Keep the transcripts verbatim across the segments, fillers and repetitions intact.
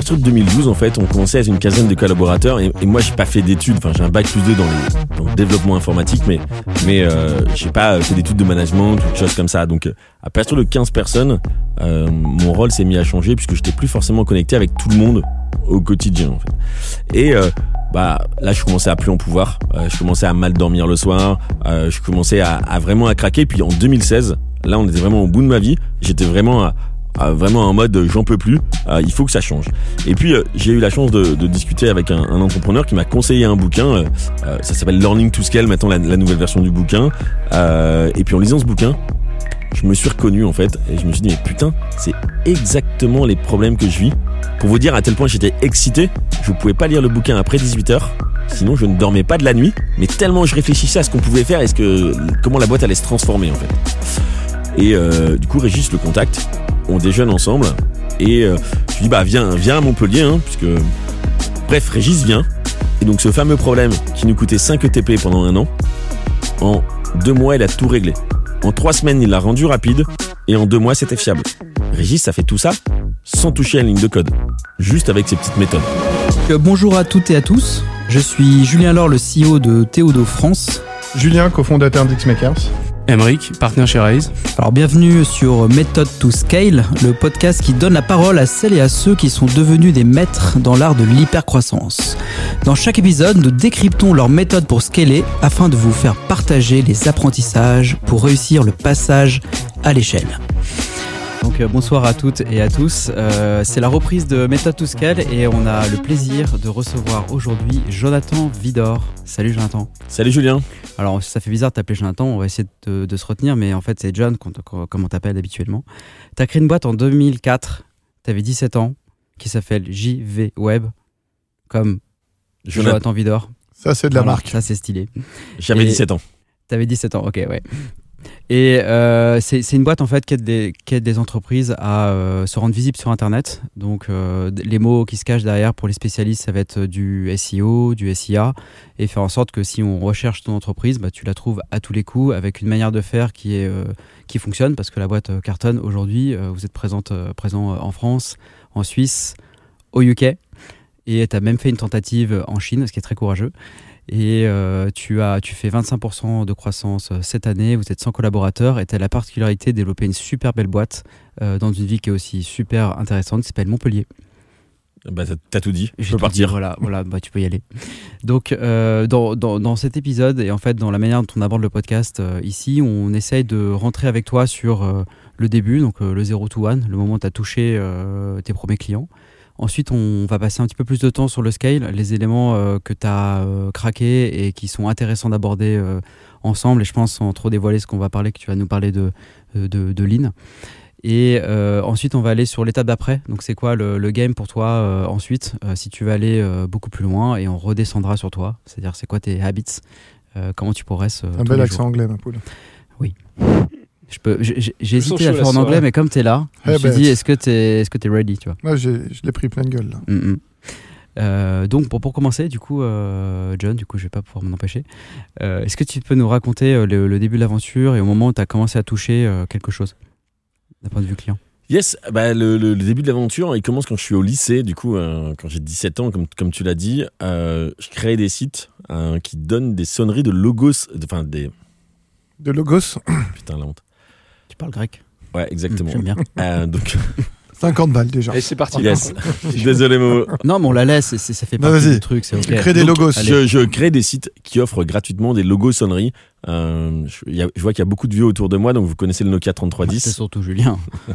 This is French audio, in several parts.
partir de deux mille douze, en fait, on commençait à être une quinzaine de collaborateurs et, et moi, j'ai pas fait d'études. Enfin, j'ai un bac plus deux dans, les, dans le développement informatique, mais mais euh, j'ai pas fait d'études de management ou de choses comme ça. Donc, à partir de quinze personnes, euh, mon rôle s'est mis à changer puisque j'étais plus forcément connecté avec tout le monde au quotidien, en fait. Et euh, bah là, je commençais à plus en pouvoir. Euh, je commençais à mal dormir le soir. Euh, je commençais à, à vraiment à craquer. Puis en deux mille seize, là, on était vraiment au bout de ma vie. J'étais vraiment à Euh, vraiment en mode euh, j'en peux plus, euh, il faut que ça change. Et puis euh, j'ai eu la chance de, de discuter avec un, un entrepreneur qui m'a conseillé un bouquin, euh, euh, ça s'appelle Learning to Scale, maintenant la, la nouvelle version du bouquin. Euh, et puis en lisant ce bouquin, je me suis reconnu en fait, et je me suis dit mais putain, c'est exactement les problèmes que je vis. Pour vous dire à tel point j'étais excité, je pouvais pas lire le bouquin après dix-huit heures. Sinon je ne dormais pas de la nuit, mais tellement je réfléchissais à ce qu'on pouvait faire et ce que, comment la boîte allait se transformer en fait. Et euh, du coup Régis le contacte, on déjeune ensemble et euh, je lui dis bah viens, viens à Montpellier hein, puisque bref Régis vient et donc ce fameux problème qui nous coûtait cinq E T P pendant un an, en deux mois il a tout réglé. En trois semaines il l'a rendu rapide et en deux mois c'était fiable. Régis ça fait tout ça sans toucher à une ligne de code, juste avec ses petites méthodes. Euh, bonjour à toutes et à tous, je suis Julien Laure, le C E O de Théodo France. Julien, cofondateur d'Xmakers. Emeric, partenaire chez Raise. Alors bienvenue sur Method to Scale, le podcast qui donne la parole à celles et à ceux qui sont devenus des maîtres dans l'art de l'hypercroissance. Dans chaque épisode, nous décryptons leurs méthodes pour scaler afin de vous faire partager les apprentissages pour réussir le passage à l'échelle. Donc euh, bonsoir à toutes et à tous, euh, c'est la reprise de Method to Scale et on a le plaisir de recevoir aujourd'hui Jonathan Widor. Salut Jonathan. Salut Julien. Alors ça fait bizarre de t'appeler Jonathan, on va essayer de, de se retenir, mais en fait c'est John comme on t'appelle habituellement. T'as créé une boîte en deux mille quatre, t'avais dix-sept ans, qui s'appelle J V Web, comme Jonathan, Jonathan Widor. Ça c'est de la voilà, marque. Ça c'est stylé. J'avais et dix-sept ans. T'avais dix-sept ans, ok ouais. Et euh, c'est, c'est une boîte en fait qui aide des, qui aide des entreprises à euh, se rendre visibles sur Internet. Donc euh, les mots qui se cachent derrière pour les spécialistes, ça va être du S E O, du S I A, et faire en sorte que si on recherche ton entreprise, bah, tu la trouves à tous les coups avec une manière de faire qui, est, euh, qui fonctionne parce que la boîte cartonne aujourd'hui. Euh, vous êtes présente, euh, présent en France, en Suisse, au U K, et tu as même fait une tentative en Chine, ce qui est très courageux. Et euh, tu, as, tu fais vingt-cinq pour cent de croissance cette année, vous êtes cent collaborateurs et tu as la particularité de développer une super belle boîte euh, dans une ville qui est aussi super intéressante, qui s'appelle Montpellier. Bah, t'as, t'as tout dit, je peux partir. Dit, voilà, voilà bah, tu peux y aller. Donc, euh, dans, dans, dans cet épisode, et en fait, dans la manière dont on aborde le podcast euh, ici, on essaye de rentrer avec toi sur euh, le début, donc euh, le zéro to one, le moment où tu as touché euh, tes premiers clients. Ensuite, on va passer un petit peu plus de temps sur le scale, les éléments euh, que tu as euh, craqués et qui sont intéressants d'aborder euh, ensemble. Et je pense, sans trop dévoiler ce qu'on va parler, que tu vas nous parler de, de, de Lean. Et euh, ensuite, on va aller sur l'étape d'après. Donc, c'est quoi le, le game pour toi euh, ensuite, euh, si tu veux aller euh, beaucoup plus loin, et on redescendra sur toi. C'est-à-dire, c'est quoi tes habits, euh, comment tu progresses euh, un bel accent anglais, ma poule. Oui. Je peux, j'ai, j'ai hésité à le faire en anglais, mais comme t'es là, je me suis dit, est-ce que t'es, est-ce que t'es ready, tu vois? Moi, j'ai, je l'ai pris plein de gueule, là. Mm-hmm. Euh, donc, pour, pour commencer, du coup, euh, John, du coup, je vais pas pouvoir m'en empêcher. Euh, est-ce que tu peux nous raconter euh, le, le début de l'aventure et au moment où tu as commencé à toucher euh, quelque chose, d'un point de vue client? Yes, bah le, le, le début de l'aventure, il commence quand je suis au lycée, du coup, euh, quand j'ai dix-sept ans, comme, comme tu l'as dit, euh, je crée des sites euh, qui donnent des sonneries de logos, enfin des... De logos. Putain, la honte. Tu parles grec? Ouais, exactement. Mmh, j'aime bien. Euh, donc... cinquante balles déjà. Et c'est parti. Yes. Désolé, Momo. Non, mais on la laisse, c'est, ça fait partie non, du truc, c'est ok. Tu crées des donc, logos. Je, je crée des sites qui offrent gratuitement des logos sonneries. Euh, je, y a, je vois qu'il y a beaucoup de vieux autour de moi, donc vous connaissez le Nokia trente-trois dix. C'est surtout Julien.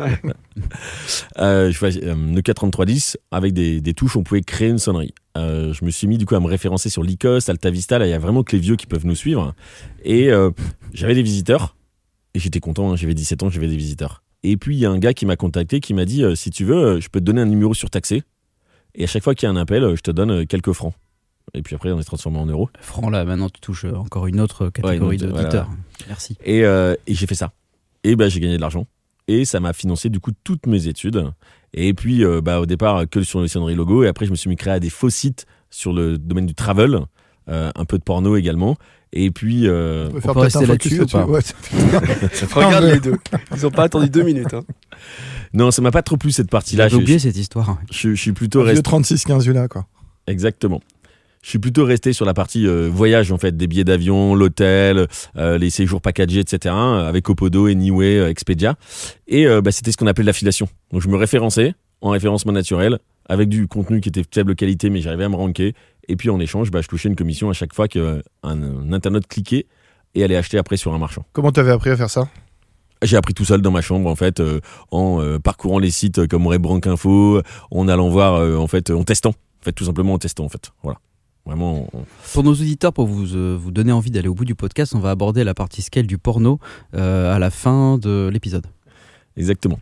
euh, je vois euh, Nokia trente-trois dix, avec des, des touches, on pouvait créer une sonnerie. Euh, je me suis mis du coup à me référencer sur Lycos, AltaVista, là il y a vraiment que les vieux qui peuvent nous suivre. Et euh, j'avais des visiteurs, et j'étais content, hein, j'avais dix-sept ans, j'avais des visiteurs. Et puis il y a un gars qui m'a contacté, qui m'a dit euh, si tu veux, euh, je peux te donner un numéro surtaxé, et à chaque fois qu'il y a un appel, euh, je te donne euh, quelques francs. Et puis après on est transformé en euros. Franck, là maintenant tu touches encore une autre catégorie ouais, d'auditeurs. Voilà. Merci. Et, euh, et j'ai fait ça. Et bah, j'ai gagné de l'argent. Et ça m'a financé du coup toutes mes études. Et puis euh, bah, au départ que sur les sonneries logo. Et après je me suis mis créé à des faux sites sur le domaine du travel, euh, un peu de porno également. Et puis euh, on peut, on peut rester là-dessus ou pas? Ouais, regarde les deux. Ils n'ont pas attendu deux minutes. Hein. Non, ça m'a pas trop plu cette partie-là. J'ai Je, oublié je, cette histoire. je, je suis plutôt Vieux resté. trente-six quinze là, quoi. Exactement. Je suis plutôt resté sur la partie euh, voyage en fait, des billets d'avion, l'hôtel, euh, les séjours packagés, et cetera. Avec Opodo, Anyway, euh, Expedia. Et euh, bah, c'était ce qu'on appelait l'affiliation. Donc je me référençais en référencement naturel avec du contenu qui était de faible qualité, mais j'arrivais à me ranker. Et puis en échange, bah, je touchais une commission à chaque fois qu'un un internaute cliquait et allait acheter après sur un marchand. Comment t'avais appris à faire ça? J'ai appris tout seul dans ma chambre en fait, euh, en euh, parcourant les sites comme Rebrank Info, en allant voir euh, en fait, en testant, en fait tout simplement en testant en fait. Voilà, vraiment. On... Pour nos auditeurs, pour vous euh, vous donner envie d'aller au bout du podcast, on va aborder la partie scale du porno euh, à la fin de l'épisode. Exactement.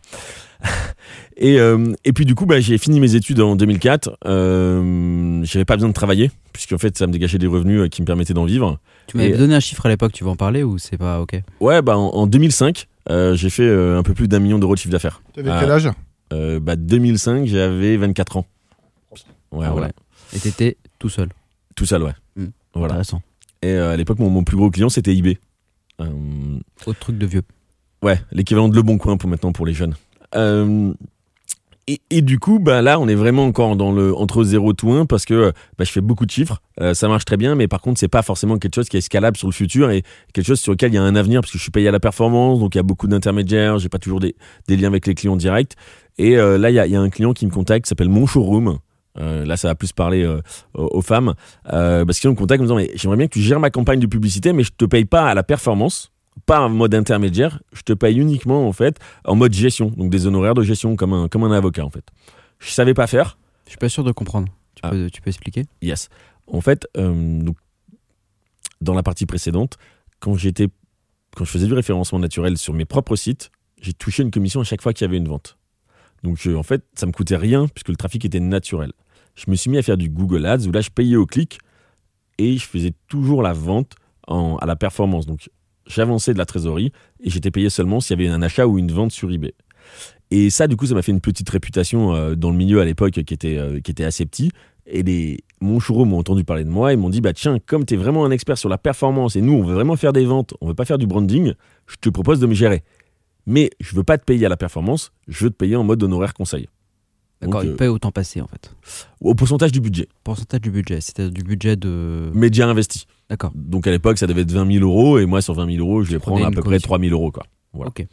Et, euh, et puis du coup, bah, j'ai fini mes études en deux mille quatre. Euh, j'avais pas besoin de travailler, puisqu'en fait, ça me dégageait des revenus euh, qui me permettaient d'en vivre. Tu m'avais Et... donné un chiffre à l'époque, tu veux en parler ou c'est pas ok? Ouais, bah en, en deux mille cinq, euh, j'ai fait euh, un peu plus d'un million d'euros de chiffre d'affaires. T'avais Ah, quel âge? euh, Bah deux mille cinq, j'avais vingt-quatre ans. Ouais, Ah voilà. ouais. Et t'étais tout seul. Tout seul, ouais. Mmh. Voilà. Intéressant. Et euh, à l'époque, mon, mon plus gros client, c'était eBay. Euh, Autre truc de vieux. ouais, l'équivalent de Le Bon Coin pour maintenant pour les jeunes. Euh, Et, et du coup, bah là, on est vraiment encore dans le entre zéro tout un parce que bah, je fais beaucoup de chiffres, euh, ça marche très bien, mais par contre, c'est pas forcément quelque chose qui est scalable sur le futur et quelque chose sur lequel il y a un avenir parce que je suis payé à la performance, donc il y a beaucoup d'intermédiaires, j'ai pas toujours des, des liens avec les clients directs. Et euh, là, il y a, y a un client qui me contacte, qui s'appelle Mon Showroom. Euh, là, ça va plus parler euh, aux, aux femmes euh, parce qu'ils me contactent en me disant mais j'aimerais bien que tu gères ma campagne de publicité, mais je te paye pas à la performance. Pas en mode intermédiaire, je te paye uniquement en fait en mode gestion, donc des honoraires de gestion comme un, comme un avocat en fait. Je savais pas faire. Je suis pas sûr de comprendre. Tu, Ah. peux, tu peux expliquer? Yes. En fait, euh, donc, dans la partie précédente, quand j'étais, quand je faisais du référencement naturel sur mes propres sites, j'ai touché une commission à chaque fois qu'il y avait une vente. Donc je, en fait, ça me coûtait rien puisque le trafic était naturel. Je me suis mis à faire du Google Ads où là je payais au clic et je faisais toujours la vente en, à la performance. Donc j'avançais de la trésorerie et j'étais payé seulement s'il y avait un achat ou une vente sur eBay. Et ça, du coup, ça m'a fait une petite réputation euh, dans le milieu à l'époque qui était, euh, qui était assez petit. Et les, mon showroom m'ont entendu parler de moi et m'ont dit bah tiens, comme tu es vraiment un expert sur la performance et nous, on veut vraiment faire des ventes, on veut pas faire du branding, je te propose de me gérer. Mais je veux pas te payer à la performance, je veux te payer en mode honoraire conseil. D'accord, Donc, il euh, paye autant passé en fait. Au pourcentage du budget, Pourcentage du budget, c'était du budget de. média investi. D'accord. Donc à l'époque, ça devait être vingt mille euros et moi, sur vingt mille euros, je vais prenais prendre à une peu près commission. trois mille euros. Quoi. Voilà. Ok.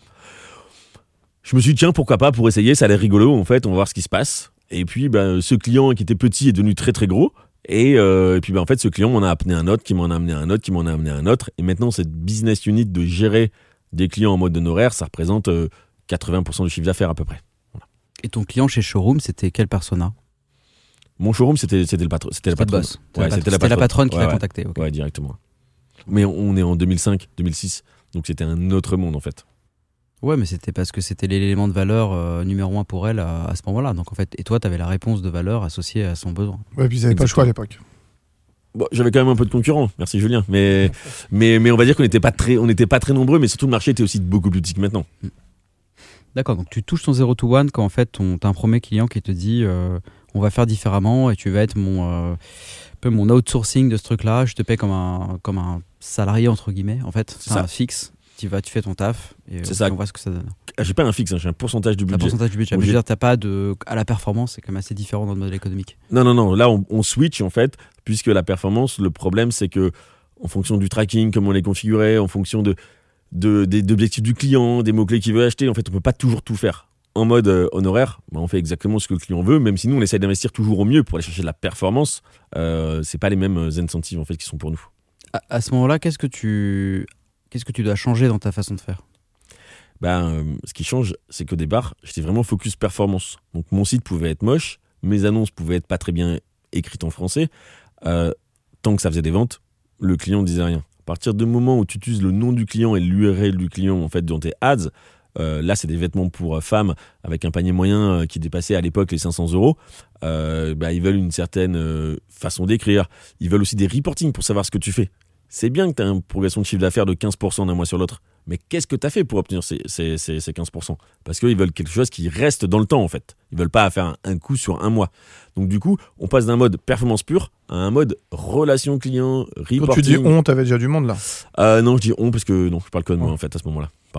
Je me suis dit, tiens, pourquoi pas, pour essayer, ça a l'air rigolo, en fait, on va voir ce qui se passe. Et puis, bah, ce client qui était petit est devenu très très gros. Et, euh, et puis, bah, en fait, ce client m'en a amené un autre, qui m'en a amené un autre, qui m'en a amené un autre. Et maintenant, cette business unit de gérer des clients en mode honoraire, ça représente euh, quatre-vingts pour cent du chiffre d'affaires à peu près. Et ton client chez Showroom, c'était quel persona? Mon showroom, c'était, c'était le patron. C'était la C'était le patronne. boss. Ouais, C'était c'était la, la c'était la patronne qui Ouais, l'a ouais. contacté. ok. Ouais, directement. Mais on est en deux mille cinq, deux mille six. Donc, c'était un autre monde, en fait. Ouais, mais c'était parce que c'était l'élément de valeur euh, numéro un pour elle à, à ce moment-là. Donc en fait, et toi, tu avais la réponse de valeur associée à son besoin. Ouais, puis ils n'avaient pas le choix à l'époque. Bon, j'avais quand même un peu de concurrents, merci Julien, mais, mais, mais on va dire qu'on n'était pas très, on n'était pas très nombreux, mais surtout le marché était aussi beaucoup plus petit que maintenant. D'accord, donc tu touches ton zéro to one quand en fait ton, t'as un premier client qui te dit euh, on va faire différemment et tu vas être mon, euh, un peu mon outsourcing de ce truc-là. Je te paie comme un, comme un salarié entre guillemets. En fait, C'est c'est ça. un fixe. Tu vas, tu fais ton taf et C'est euh, ça. on voit ce que ça donne. Ah, j'ai pas un fixe, hein, j'ai un pourcentage du Un budget. pourcentage du budget. Donc, Mais je j'ai- veux dire, t'as pas de à la performance, c'est quand même assez différent dans le modèle économique. Non, non, non, là on, on switch en fait, puisque la performance, le problème c'est que en fonction du tracking, comment on les configurait, en fonction de, de, des des objectifs du client, des mots-clés qu'il veut acheter, en fait on peut pas toujours tout faire. En mode euh, honoraire, bah, on fait exactement ce que le client veut, même si nous on essaie d'investir toujours au mieux pour aller chercher de la performance, euh, c'est pas les mêmes euh, incentives en fait qui sont pour nous. À, à ce moment-là, qu'est-ce que tu qu'est-ce que tu dois changer dans ta façon de faire? Ben, euh, ce qui change, c'est qu'au départ, j'étais vraiment focus performance. Donc mon site pouvait être moche, mes annonces pouvaient être pas très bien écrites en français. Euh, tant que ça faisait des ventes, le client ne disait rien. À partir du moment où tu utilises le nom du client et l'U R L du client en fait dans tes ads, euh, là c'est des vêtements pour euh, femmes avec un panier moyen euh, qui dépassait à l'époque les cinq cents euros. Euh, ben, ils veulent une certaine euh, façon d'écrire. Ils veulent aussi des reporting pour savoir ce que tu fais. C'est bien que tu as une progression de chiffre d'affaires de quinze pour cent d'un mois sur l'autre. Mais qu'est-ce que tu as fait pour obtenir ces, ces, ces, ces quinze pour cent? Parce qu'ils veulent quelque chose qui reste dans le temps, en fait. Ils veulent pas faire un, un coup sur un mois. Donc, du coup, on passe d'un mode performance pure à un mode relation client, reporting. Quand tu dis on, t'avais déjà du monde là. Euh, non, je dis on parce que non, je parle que de moi, en fait, à ce moment-là. Pardon.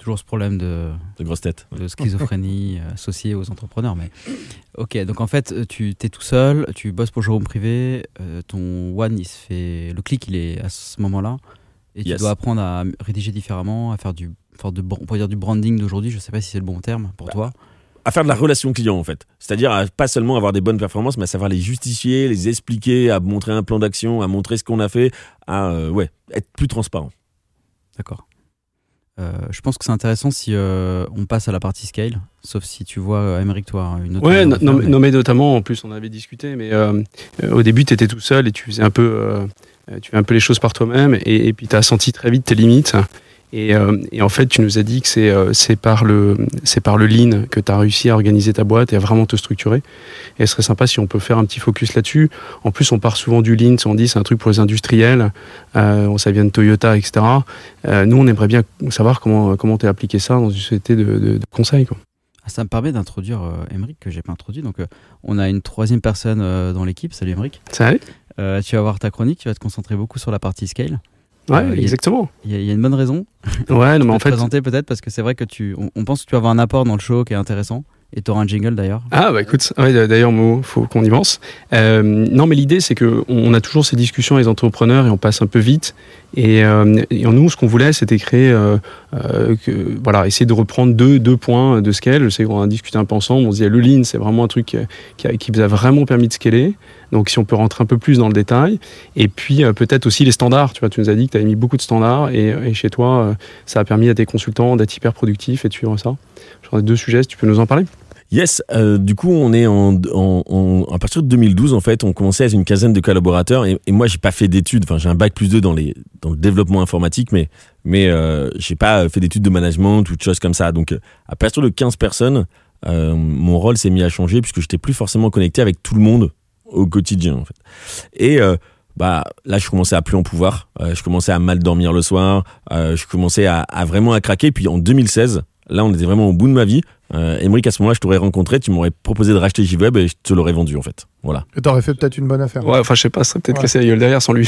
Toujours ce problème de, De grosses têtes. de schizophrénie associée aux entrepreneurs. Mais ok, donc en fait, tu es tout seul, tu bosses pour showroom privé, euh, ton one, il se fait, le clic, il est à ce moment-là, et tu Yes. dois apprendre à rédiger différemment, à faire du, faire de, on pourrait dire du branding d'aujourd'hui. Je sais pas si c'est le bon terme pour Bah, toi. À faire de la relation client en fait. C'est-à-dire à pas seulement avoir des bonnes performances, mais à savoir les justifier, les expliquer, à montrer un plan d'action, à montrer ce qu'on a fait, à euh, ouais, être plus transparent. D'accord. Euh, je pense que c'est intéressant si euh, on passe à la partie scale, sauf si tu vois, euh, Aymeric, toi, une autre. Ouais, manière non, de faire, non, mais- non, mais notamment, en plus, on avait discuté, mais euh, euh, au début, tu étais tout seul et tu faisais un peu, euh, tu fais un peu les choses par toi-même, et, et puis tu as senti très vite tes limites. Et, euh, et en fait, tu nous as dit que c'est euh, c'est par le c'est par le lean que tu as réussi à organiser ta boîte et à vraiment te structurer. Et ce serait sympa si on peut faire un petit focus là-dessus. En plus, on part souvent du lean, on dit c'est un truc pour les industriels, euh, ça vient de Toyota, et cetera. Euh, nous, on aimerait bien savoir comment comment tu as appliqué ça dans une société de, de, de conseil, quoi. Ah, ça me permet d'introduire euh, Aymeric, que j'ai pas introduit. Donc, euh, on a une troisième personne euh, dans l'équipe. Salut Aymeric. Ça allait ? Euh, tu vas voir ta chronique, tu vas te concentrer beaucoup sur la partie scale. Ouais, Euh, il y a- exactement. Il y, a- il y a une bonne raison. Ouais, non, mais Tu en peux te fait. présenter peut-être parce que c'est vrai que tu, on, on pense que tu vas avoir un apport dans le show qui est intéressant. Et tu auras un jingle d'ailleurs. Ah bah écoute, ouais, d'ailleurs Mo, faut qu'on y pense. Euh, non mais l'idée c'est que on a toujours ces discussions avec les entrepreneurs et on passe un peu vite. Et, euh, et nous ce qu'on voulait c'était créer, euh, euh, que, voilà, essayer de reprendre deux, deux points de scale. Je sais qu'on a discuté un peu ensemble, on se dit le lean c'est vraiment un truc qui, qui, a, qui vous a vraiment permis de scaler. Donc si on peut rentrer un peu plus dans le détail. Et puis euh, peut-être aussi les standards. Tu vois, tu nous as dit que tu avais mis beaucoup de standards et, et chez toi euh, ça a permis à tes consultants d'être hyper productifs et de suivre ça. J'en ai deux sujets, si tu peux nous en parler. Yes, euh, du coup on est en, en, en à partir de deux mille douze en fait, on commençait à être une quinzaine de collaborateurs et, et moi j'ai pas fait d'études, enfin j'ai un bac plus deux dans les dans le développement informatique, mais mais euh, j'ai pas fait d'études de management ou de choses comme ça. Donc à partir de quinze personnes, euh, mon rôle s'est mis à changer puisque j'étais plus forcément connecté avec tout le monde au quotidien en fait. Et euh, bah là je commençais à plus en pouvoir, euh, je commençais à mal dormir le soir, euh, je commençais à, à vraiment à craquer. Puis en deux mille seize, là on était vraiment au bout de ma vie. Euh, Aymeric, à ce moment-là, je t'aurais rencontré, tu m'aurais proposé de racheter J-Web et je te l'aurais vendu en fait. Voilà. Et t'aurais fait peut-être une bonne affaire. Ouais, enfin je sais pas, ça serait peut-être Ouais. cassé la gueule derrière sans lui.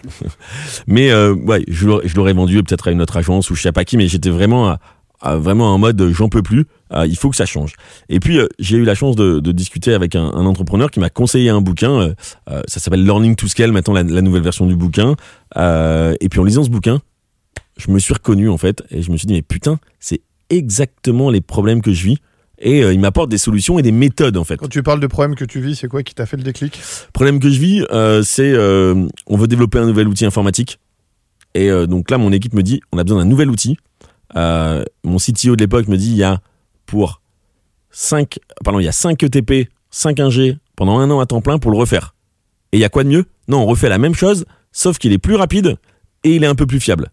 Mais euh, ouais, je l'aurais, je l'aurais vendu peut-être à une autre agence ou je sais pas qui, mais j'étais vraiment, à, à- vraiment en mode euh, j'en peux plus, euh, il faut que ça change. Et puis euh, j'ai eu la chance de, de discuter avec un, un entrepreneur qui m'a conseillé un bouquin, euh, euh, ça s'appelle Learning to Scale, maintenant la, la nouvelle version du bouquin. Euh, et puis en lisant ce bouquin, je me suis reconnu en fait et je me suis dit mais putain, c'est exactement les problèmes que je vis. Et euh, il m'apporte des solutions et des méthodes en fait. Quand tu parles de problèmes que tu vis, c'est quoi qui t'a fait le déclic? Problème que je vis, euh, c'est euh, on veut développer un nouvel outil informatique. Et euh, donc là, mon équipe me dit, on a besoin d'un nouvel outil. Euh, mon C T O de l'époque me dit, il y a pour cinq, pardon, il y a cinq E T P, cinq ingés pendant un an à temps plein pour le refaire. Et il y a quoi de mieux? Non, on refait la même chose, sauf qu'il est plus rapide et il est un peu plus fiable.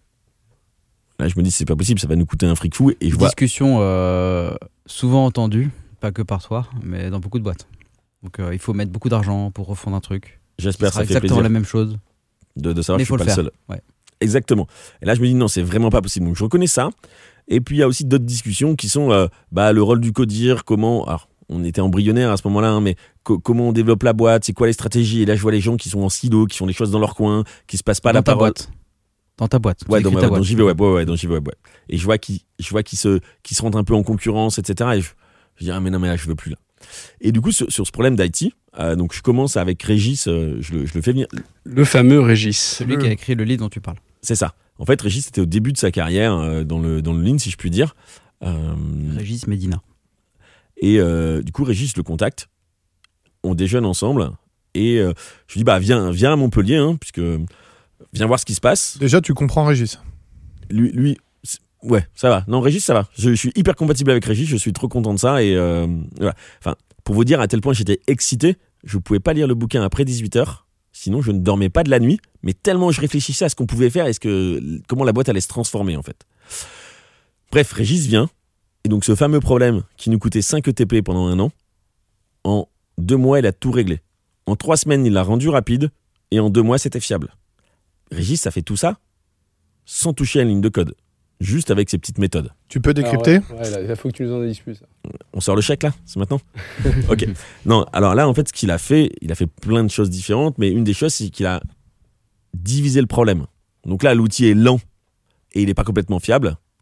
Là, je me dis, c'est pas possible, ça va nous coûter un fric fou. Et je vois, Discussion euh, souvent entendue, pas que par toi, mais dans beaucoup de boîtes. Donc euh, il faut mettre beaucoup d'argent pour refondre un truc. j'espère que Ce sera ça fait exactement plaisir la même chose. de, de savoir Mais que je faut suis le pas faire. le seul. Ouais. Exactement. Et là, je me dis non, c'est vraiment pas possible. Donc, je reconnais ça. Et puis, il y a aussi d'autres discussions qui sont euh, bah, le rôle du codir, comment. Alors, on était embryonnaire à ce moment-là, hein, mais co- comment on développe la boîte, c'est quoi les stratégies. Et là, je vois les gens qui sont en silo, qui font les choses dans leur coin, qui se passent pas Dans la ta parole. boîte. Dans ta boîte. Ouais, Tu dans, écris ma, ta dans boîte. JVweb, ouais, ouais, dans JVweb, ouais. Et je vois qu'ils, je vois qu'ils se, qu'ils se rentrent un peu en concurrence, et cetera. Et je, je dis ah mais non mais là je veux plus là. Et du coup sur, sur ce problème d'I T, euh, donc je commence avec Régis, euh, je le, je le fais venir. Le fameux Régis. Celui qui a écrit le livre dont tu parles. C'est ça. En fait, Régis était au début de sa carrière euh, dans le dans le lean, si je puis dire. Euh, Régis Medina. Et euh, du coup, Régis le contacte. On déjeune ensemble. Et euh, je lui dis, bah, viens, viens à Montpellier, hein, puisque viens voir ce qui se passe. Déjà, tu comprends Régis. Lui, lui c'est- ouais, ça va. Non, Régis, ça va. Je, je suis hyper compatible avec Régis. Je suis trop content de ça. Et euh, voilà. Enfin, pour vous dire à tel point j'étais excité, je ne pouvais pas lire le bouquin après dix-huit heures. Sinon, je ne dormais pas de la nuit. Mais tellement je réfléchissais à ce qu'on pouvait faire et ce que, comment la boîte allait se transformer, en fait. Bref, Régis vient. Et donc, ce fameux problème qui nous coûtait cinq E T P pendant un an, en deux mois, il a tout réglé. En trois semaines, il l'a rendu rapide. Et en deux mois, c'était fiable. Régis, ça fait tout ça sans toucher à une ligne de code. Juste avec ses petites méthodes. Tu peux décrypter? Ah ouais, ouais, là, il faut que tu nous en dises plus. Ça. On sort le chèque, là? C'est maintenant? Ok. Non, alors là, en fait, ce qu'il a fait, il a fait plein de choses différentes. Mais une des choses, c'est qu'il a diviser le problème. Donc là, l'outil est lent et il n'est pas complètement fiable.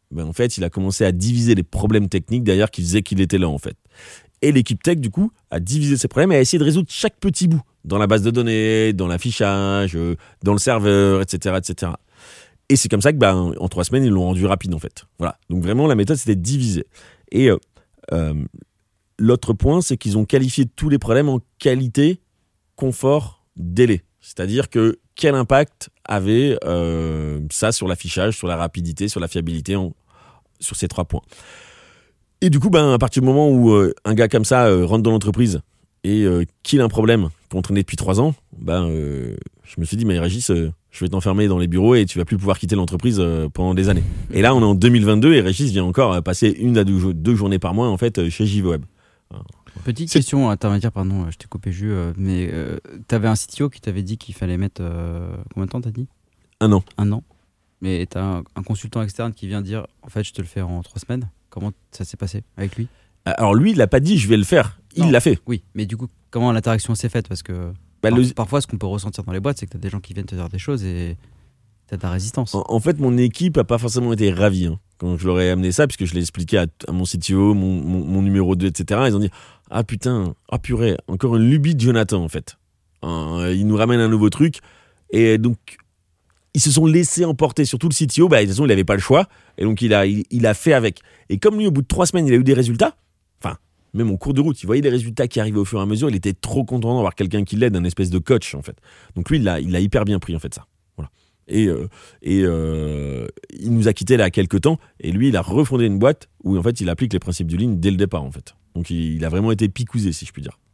ben, en fait, il a commencé à diviser les problèmes techniques derrière qui faisaient qu'il était là, en fait. Et l'équipe tech, du coup, a divisé ces problèmes et a essayé de résoudre chaque petit bout dans la base de données, dans l'affichage, euh, dans le serveur, et cetera, et cetera. Et c'est comme ça que, ben, en trois semaines, ils l'ont rendu rapide, en fait. Voilà. Donc vraiment, la méthode, c'était de diviser. Et euh, euh, l'autre point, c'est qu'ils ont qualifié tous les problèmes en qualité, confort, délai. C'est-à-dire que quel impact avait euh, ça sur l'affichage, sur la rapidité, sur la fiabilité, en, sur ces trois points. Et du coup, ben, à partir du moment où euh, un gars comme ça euh, rentre dans l'entreprise et euh, qu'il a un problème qu'on traînait depuis trois ans, ben, euh, je me suis dit, mais Régis, euh, je vais t'enfermer dans les bureaux et tu vas plus pouvoir quitter l'entreprise euh, pendant des années. Et là, on est en deux mille vingt-deux et Régis vient encore euh, passer une à deux, deux journées par mois en fait euh, chez JVweb. Petite C'est- question intermédiaire, pardon, euh, je t'ai coupé jus, euh, mais euh, t'avais un C T O qui t'avait dit qu'il fallait mettre euh, combien de temps t'as dit? Un an. Un an. Mais t'as un, un consultant externe qui vient dire en fait je te le fais en trois semaines. Comment ça s'est passé avec lui? Alors lui, il l'a pas dit, je vais le faire. Il Non. l'a fait. Oui, mais du coup comment l'interaction s'est faite? Parce que Bah, par- le- parfois ce qu'on peut ressentir dans les boîtes c'est que t'as des gens qui viennent te dire des choses et t'as de la résistance. En, en fait, mon équipe a pas forcément été ravie hein, quand je leur ai amené ça, puisque je l'ai expliqué à, à mon C T O, mon, mon, mon numéro deux, et cetera. Ils ont dit ah putain, ah purée, encore une lubie de Jonathan en fait. Euh, il nous ramène un nouveau truc et donc ils se sont laissés emporter. Surtout le C T O, bah, de toute façon il avait pas le choix et donc il a il, il a fait avec. Et comme lui au bout de trois semaines il a eu des résultats, enfin même en cours de route, il voyait les résultats qui arrivaient au fur et à mesure. Il était trop content d'avoir quelqu'un qui l'aide, un espèce de coach en fait. Donc lui il l'a il a hyper bien pris en fait ça. Voilà. Et, euh, et euh, il nous a quittés là quelques temps et lui il a refondé une boîte où en fait il applique les principes du Lean dès le départ en fait. Donc il, il a vraiment été picousé si je puis dire.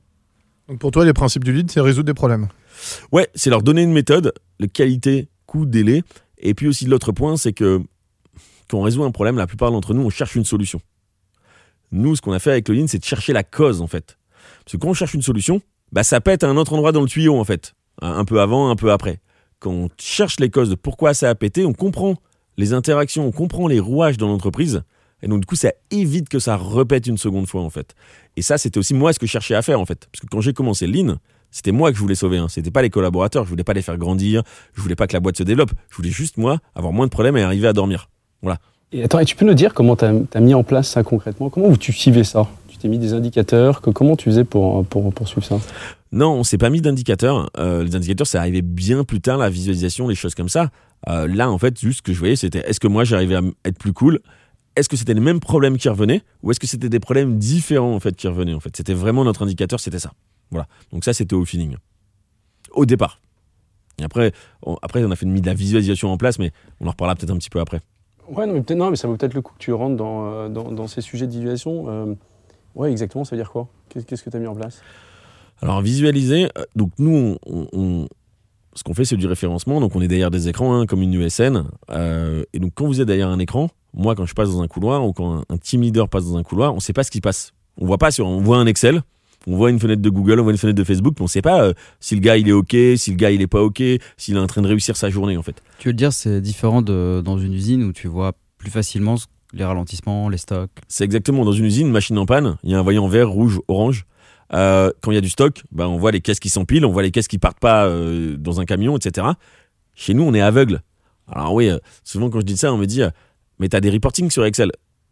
Donc pour toi, les principes du lead, c'est résoudre des problèmes. Ouais, c'est leur donner une méthode, le qualité, coût, délai. Et puis aussi l'autre point, c'est que quand on résout un problème, la plupart d'entre nous, on cherche une solution. Nous, ce qu'on a fait avec le Lean, c'est de chercher la cause en fait. Parce que quand on cherche une solution, bah, ça pète à un autre endroit dans le tuyau en fait. Un peu avant, un peu après. Quand on cherche les causes de pourquoi ça a pété, on comprend les interactions, on comprend les rouages dans l'entreprise. Et donc du coup, ça évite que ça répète une seconde fois en fait. Et ça, c'était aussi moi ce que je cherchais à faire en fait. Parce que quand j'ai commencé le Lean, c'était moi que je voulais sauver. Hein. C'était pas les collaborateurs, je voulais pas les faire grandir, je voulais pas que la boîte se développe. Je voulais juste moi avoir moins de problèmes et arriver à dormir. Voilà. Et attends, et tu peux nous dire comment tu as mis en place ça concrètement? Comment tu suivais ça? Tu t'es mis des indicateurs? que, Comment tu faisais pour, pour, pour suivre ça? Non, on s'est pas mis d'indicateurs. Euh, les indicateurs, c'est arrivé bien plus tard, la visualisation, les choses comme ça. Euh, là, en fait, juste ce que je voyais, c'était est-ce que moi j'arrivais à m- être plus cool? Est-ce que c'était les mêmes problèmes qui revenaient ou est-ce que c'était des problèmes différents en fait qui revenaient en fait. C'était vraiment notre indicateur, c'était ça. Voilà. Donc ça, c'était au feeling. Au départ. Et après, on, après, on a fait mis de la visualisation en place, mais on en reparlera peut-être un petit peu après. Ouais, non, mais, peut-être, non, mais ça vaut peut-être le coup que tu rentres dans, euh, dans, dans ces sujets de visualisation. Euh, ouais, exactement, ça veut dire quoi? Qu'est- Qu'est-ce que tu as mis en place? Alors visualiser, euh, donc nous, on, on- ce qu'on fait, c'est du référencement. Donc on est derrière des écrans, hein, comme une U S N. Euh, et donc quand vous êtes derrière un écran, moi, quand je passe dans un couloir ou quand un, un team leader passe dans un couloir, on ne sait pas ce qui passe. On voit pas sur, on voit un Excel, on voit une fenêtre de Google, on voit une fenêtre de Facebook, mais on ne sait pas euh, si le gars il est ok, si le gars il est pas ok, s'il est en train de réussir sa journée en fait. Tu veux dire c'est différent de dans une usine où tu vois plus facilement ce- les ralentissements, les stocks. C'est exactement dans une usine, machine en panne, il y a un voyant vert, rouge, orange. Euh, quand il y a du stock, ben, on voit les caisses qui s'empilent, on voit les caisses qui partent pas euh, dans un camion, et cetera. Chez nous, on est aveugle. Alors oui, euh, souvent quand je dis ça, on me dit euh, mais t'as des reportings sur Excel?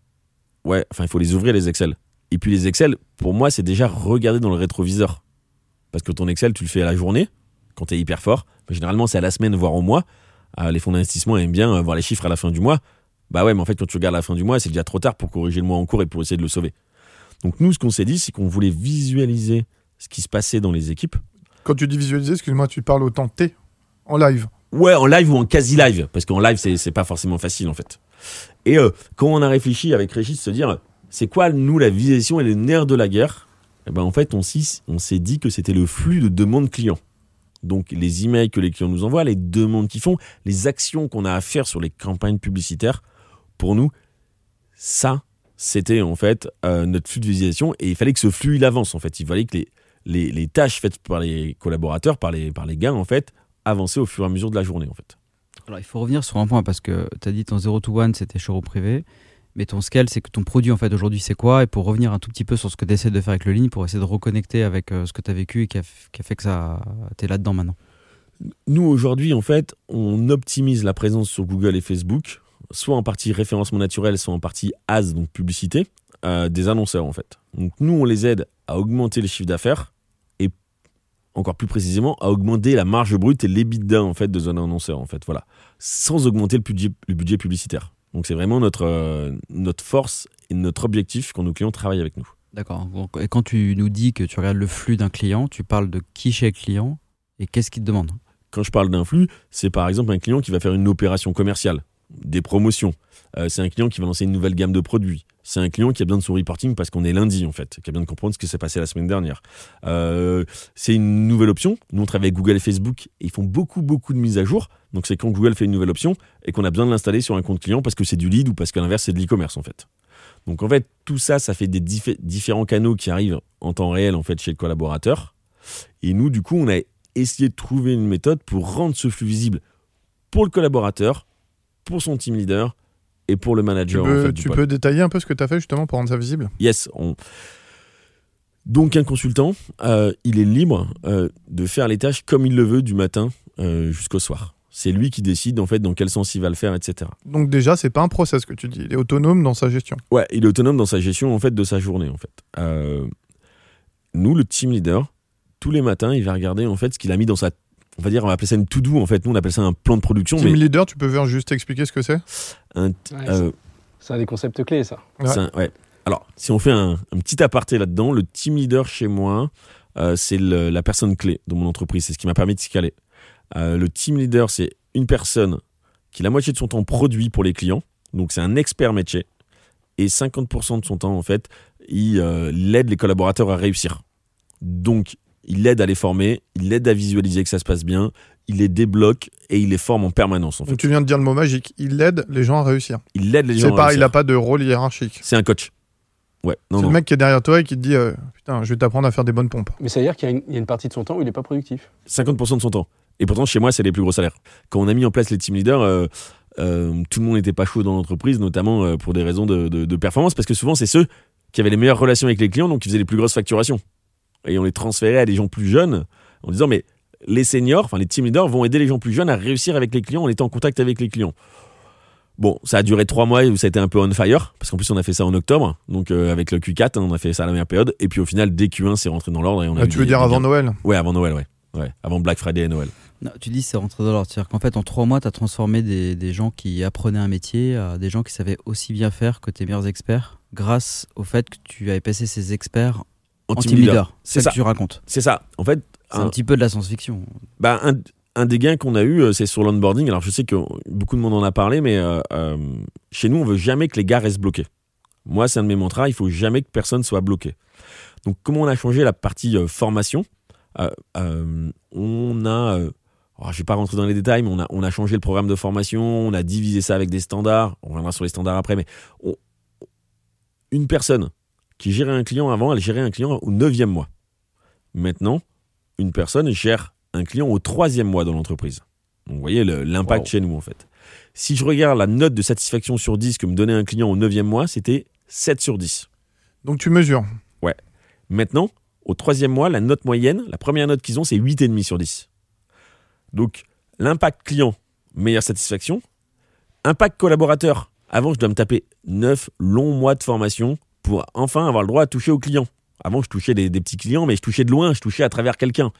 Ouais, enfin il faut les ouvrir les Excel. Et puis les Excel, pour moi, c'est déjà regarder dans le rétroviseur. Parce que ton Excel, tu le fais à la journée, quand t'es hyper fort. Mais généralement, c'est à la semaine, voire au mois. Euh, les fonds d'investissement aiment bien euh, voir les chiffres à la fin du mois. Bah ouais, mais en fait, quand tu regardes à la fin du mois, c'est déjà trop tard pour corriger le mois en cours et pour essayer de le sauver. Donc nous, ce qu'on s'est dit, c'est qu'on voulait visualiser ce qui se passait dans les équipes. Quand tu dis visualiser, excuse-moi, tu parles au temps T, en live. Ouais, en live ou en quasi-live, parce qu'en live, c'est, c'est pas forcément facile, en fait. Et euh, quand on a réfléchi avec Régis, se dire, c'est quoi, nous, la visualisation et le nerf de la guerre? Eh ben, en fait, on, s'y, on s'est dit que c'était le flux de demandes clients. Donc, les emails que les clients nous envoient, les demandes qu'ils font, les actions qu'on a à faire sur les campagnes publicitaires, pour nous, ça, c'était en fait euh, notre flux de visualisation. Et il fallait que ce flux, il avance, en fait. Il fallait que les, les, les tâches faites par les collaborateurs, par les, par les gars, en fait, avancer au fur et à mesure de la journée en fait. Alors il faut revenir sur un point parce que tu as dit ton zéro to one c'était showroom privé, mais ton scale c'est que ton produit en fait aujourd'hui c'est quoi? Et pour revenir un tout petit peu sur ce que tu essaies de faire avec le Lean, pour essayer de reconnecter avec euh, ce que tu as vécu et qui a, f- qui a fait que ça t'es là-dedans maintenant. Nous aujourd'hui en fait on optimise la présence sur Google et Facebook soit en partie référencement naturel, soit en partie A S, donc publicité, euh, des annonceurs en fait. Donc nous, on les aide à augmenter les chiffres d'affaires et encore plus précisément à augmenter la marge brute et l'EBITDA en fait de zone annonceur en fait, voilà, sans augmenter le budget, le budget publicitaire. Donc c'est vraiment notre, euh, notre force et notre objectif quand nos clients travaillent avec nous. D'accord. Donc, et quand tu nous dis que tu regardes le flux d'un client, tu parles de qui chez le client et qu'est-ce qu'il te demande? Quand je parle d'un flux, c'est par exemple un client qui va faire une opération commerciale, des promotions. Euh, c'est un client qui va lancer une nouvelle gamme de produits. C'est un client qui a besoin de son reporting parce qu'on est lundi en fait, qui a besoin de comprendre ce qui s'est passé la semaine dernière. Euh, c'est une nouvelle option. Nous on travaille avec Google et Facebook et ils font beaucoup beaucoup de mises à jour. Donc c'est quand Google fait une nouvelle option et qu'on a besoin de l'installer sur un compte client parce que c'est du lead ou parce qu'à l'inverse c'est de l'e-commerce en fait. Donc en fait tout ça, ça fait des dif- différents canaux qui arrivent en temps réel en fait chez le collaborateur. Et nous du coup on a essayé de trouver une méthode pour rendre ce flux visible pour le collaborateur, pour son team leader et pour le manager. Tu peux, en fait, tu peux détailler un peu ce que tu as fait justement pour rendre ça visible? Yes. On... Donc un consultant, euh, il est libre euh, de faire les tâches comme il le veut du matin euh, jusqu'au soir. C'est lui qui décide en fait dans quel sens il va le faire, et cetera. Donc déjà, c'est pas un process que tu dis. Il est autonome dans sa gestion. Ouais, il est autonome dans sa gestion en fait de sa journée en fait. Euh, nous, le team leader, tous les matins, il va regarder en fait ce qu'il a mis dans sa, on va dire, on va appeler ça une to-do en fait. Nous, on appelle ça un plan de production. Team mais leader, tu peux faire juste expliquer ce que c'est? un t- Ouais, euh, C'est un des concepts clés, ça. Ouais. c'est un- ouais. Alors, si on fait un, un petit aparté là-dedans, le team leader chez moi, euh, c'est le- la personne clé de mon entreprise. C'est ce qui m'a permis de s'y caler. Euh, le team leader, c'est une personne qui la moitié de son temps produit pour les clients. Donc, c'est un expert métier. Et cinquante pour cent de son temps, en fait, il, euh, il aide les collaborateurs à réussir. Donc, il l'aide à les former, il l'aide à visualiser que ça se passe bien, il les débloque et il les forme en permanence, en fait. Donc tu viens de dire le mot magique. Il aide les gens à réussir. Il aide les gens C'est à pas, réussir. il n'a pas de rôle hiérarchique. C'est un coach. Ouais, non, C'est non. le mec qui est derrière toi et qui te dit euh, putain, je vais t'apprendre à faire des bonnes pompes. Mais ça veut dire qu'il y a une, il y a une partie de son temps où il n'est pas productif. cinquante pour cent de son temps. Et pourtant, chez moi, c'est les plus gros salaires. Quand on a mis en place les team leaders, euh, euh, tout le monde n'était pas chaud dans l'entreprise, notamment euh, pour des raisons de, de, de performance, parce que souvent, c'est ceux qui avaient les meilleures relations avec les clients, donc qui faisaient les plus grosses facturations. Et on les transférait à des gens plus jeunes en disant, mais les seniors, enfin les team leaders vont aider les gens plus jeunes à réussir avec les clients en étant en contact avec les clients. Bon, ça a duré trois mois où ça a été un peu on fire, parce qu'en plus on a fait ça en octobre, donc euh, avec le Q quatre, hein, on a fait ça à la meilleure période, et puis au final, dès Q un, c'est rentré dans l'ordre. Et on a Ah, eu tu des- veux dire des avant gains. Noël? Ouais, avant Noël, ouais. ouais. Avant Black Friday et Noël. Non, tu dis c'est rentré dans l'ordre. C'est-à-dire qu'en fait, en trois mois, tu as transformé des, des gens qui apprenaient un métier à des gens qui savaient aussi bien faire que tes meilleurs experts grâce au fait que tu avais passé ces experts en, team leader. C'est C'est ça. ça que tu racontes. C'est ça. En fait, C'est un, un petit peu de la science-fiction. bah, un, un des gains qu'on a eu, euh, c'est sur l'onboarding. Alors, je sais que beaucoup de monde en a parlé, mais euh, euh, chez nous, on veut jamais que les gars restent bloqués. Moi, c'est un de mes mantras. Il faut jamais que personne soit bloqué. Donc, comment on a changé la partie euh, formation euh, euh, On a, euh, oh, je ne vais pas rentrer dans les détails, mais on a, on a changé le programme de formation. On a divisé ça avec des standards. On reviendra sur les standards après, mais on, une personne qui gérait un client avant, elle gérait un client au neuvième mois. Maintenant, une personne gère un client au troisième mois dans l'entreprise. Donc, vous voyez le- l'impact Wow. chez nous, en fait. Si je regarde la note de satisfaction sur dix que me donnait un client au neuvième mois, c'était sept sur dix. Donc tu mesures. Maintenant, au troisième mois, la note moyenne, la première note qu'ils ont, c'est huit virgule cinq sur dix. Donc, l'impact client, meilleure satisfaction. Impact collaborateur. Avant, je dois me taper neuf longs mois de formation pour enfin avoir le droit à toucher aux clients. Avant, je touchais des, des petits clients, mais je touchais de loin, je touchais à travers quelqu'un.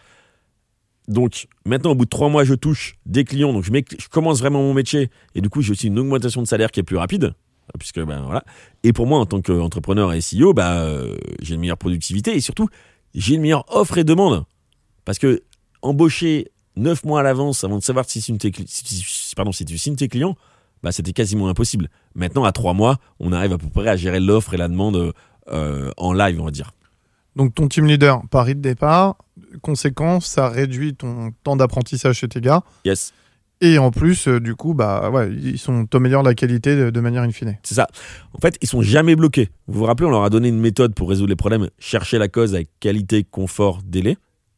Donc, maintenant, au bout de trois mois, je touche des clients, donc je, mets, je commence vraiment mon métier, et du coup, j'ai aussi une augmentation de salaire qui est plus rapide, puisque, ben voilà. Et pour moi, en tant qu'entrepreneur et S E O, bah, euh, j'ai une meilleure productivité, et surtout, j'ai une meilleure offre et demande. Parce que embaucher neuf mois à l'avance avant de savoir si, c'est une tes cli- si, si- pardon, si tu signes tes clients, bah, c'était quasiment impossible. Maintenant, à trois mois, on arrive à peu près à gérer l'offre et la demande euh, en live, on va dire. Donc ton team leader, pari de départ, conséquence, ça réduit ton temps d'apprentissage chez tes gars. Yes. Et en plus, euh, du coup, bah ouais, ils sont t'améliorent la qualité de, de manière in fine. C'est ça. En fait, ils sont jamais bloqués. Vous vous rappelez, on leur a donné une méthode pour résoudre les problèmes, chercher la cause avec qualité, confort, délai.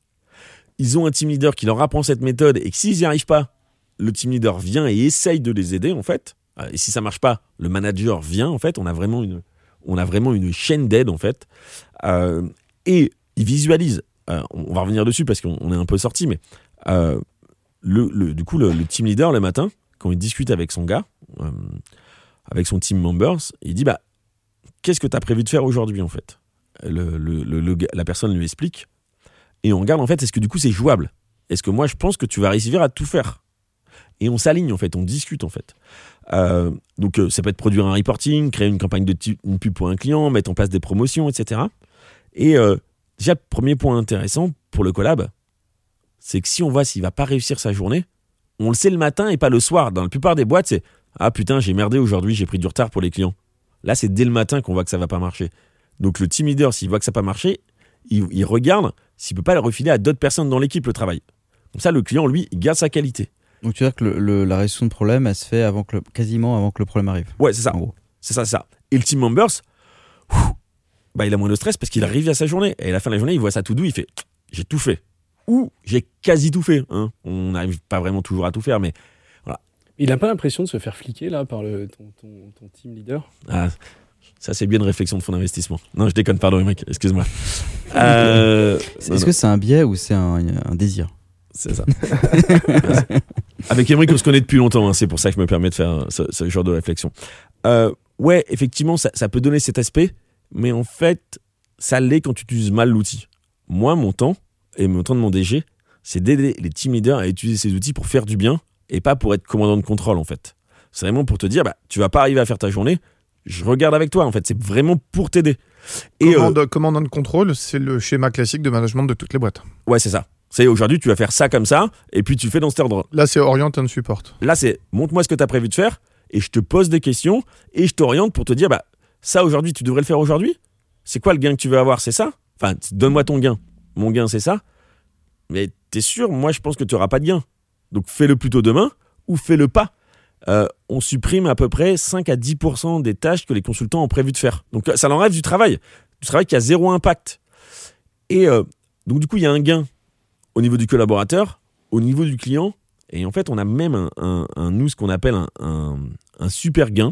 Ils ont un team leader qui leur apprend cette méthode et que s'ils n'y arrivent pas, le team leader vient et essaye de les aider, en fait. Et si ça marche pas, le manager vient, en fait. On a vraiment une, on a vraiment une chaîne d'aide, en fait. Euh, et ils visualisent. Euh, on va revenir dessus parce qu'on on est un peu sorti, mais euh, le, le, du coup, le, le team leader, le matin, quand il discute avec son gars, euh, avec son team members. Il dit bah qu'est-ce que tu as prévu de faire aujourd'hui en fait. Le, le, le, le, la personne lui explique et on regarde en fait est-ce que du coup c'est jouable. Est-ce que moi je pense que tu vas réussir à tout faire. Et on s'aligne en fait, on discute en fait. Euh, donc euh, ça peut être produire un reporting, créer une campagne de t- une pub pour un client, mettre en place des promotions, et cetera. Et euh, déjà, premier point intéressant pour le collab, c'est que si on voit s'il va pas réussir sa journée, on le sait le matin et pas le soir. Dans la plupart des boîtes, c'est « Ah putain, j'ai merdé aujourd'hui, j'ai pris du retard pour les clients. » Là, c'est dès le matin qu'on voit que ça va pas marcher. Donc le team leader, s'il voit que ça va pas marcher, il, il regarde s'il peut pas le refiler à d'autres personnes dans l'équipe le travail. Comme ça, le client, lui, il garde sa qualité. Donc tu veux dire que le, le, la résolution de problème, elle se fait avant que le, quasiment avant que le problème arrive. Ouais, c'est ça. C'est ça, c'est ça. Et le team members, ouf, bah, il a moins de stress parce qu'il arrive à sa journée. Et à la fin de la journée, il voit ça tout doux, il fait « J'ai tout fait ». Ou « J'ai quasi tout fait hein. ». On n'arrive pas vraiment toujours à tout faire, mais voilà. Il n'a pas l'impression de se faire fliquer là par le, ton, ton, ton team leader. Ah, ça, c'est bien une réflexion de fonds d'investissement. Non, je déconne, pardon, mec, excuse-moi. euh, Est-ce non, que non. c'est un biais ou c'est un, un désir ? C'est ça. Avec Émeric, on se connaît depuis longtemps, hein, c'est pour ça que je me permets de faire ce, ce genre de réflexion. Euh, ouais, effectivement, ça, ça peut donner cet aspect, mais en fait, ça l'est quand tu utilises mal l'outil. Moi, mon temps, et mon temps de mon D G, c'est d'aider les team leaders à utiliser ces outils pour faire du bien, et pas pour être commandant de contrôle, en fait. C'est vraiment pour te dire, bah, tu vas pas arriver à faire ta journée, je regarde avec toi, en fait. C'est vraiment pour t'aider. Et Commande, euh, commandant de contrôle, c'est le schéma classique de management de toutes les boîtes. ouais, c'est ça. C'est aujourd'hui, tu vas faire ça comme ça, et puis tu le fais dans cet ordre. Là, c'est Orient and Support. Là, c'est montre-moi ce que tu as prévu de faire, et je te pose des questions, et je t'oriente pour te dire, bah, ça aujourd'hui, tu devrais le faire aujourd'hui. C'est quoi le gain que tu veux avoir, c'est ça ? Enfin, donne-moi ton gain. Mon gain, c'est ça. Mais t'es sûr, moi, je pense que tu n'auras pas de gain. Donc, fais-le plutôt demain, ou fais-le pas. Euh, on supprime à peu près cinq à dix pour cent des tâches que les consultants ont prévu de faire. Donc, ça leur enlève du travail. Du travail qui a zéro impact. Et euh, donc, du coup, il y a un gain au niveau du collaborateur, au niveau du client, et en fait, on a même un, un, un nous, ce qu'on appelle un, un, un super gain.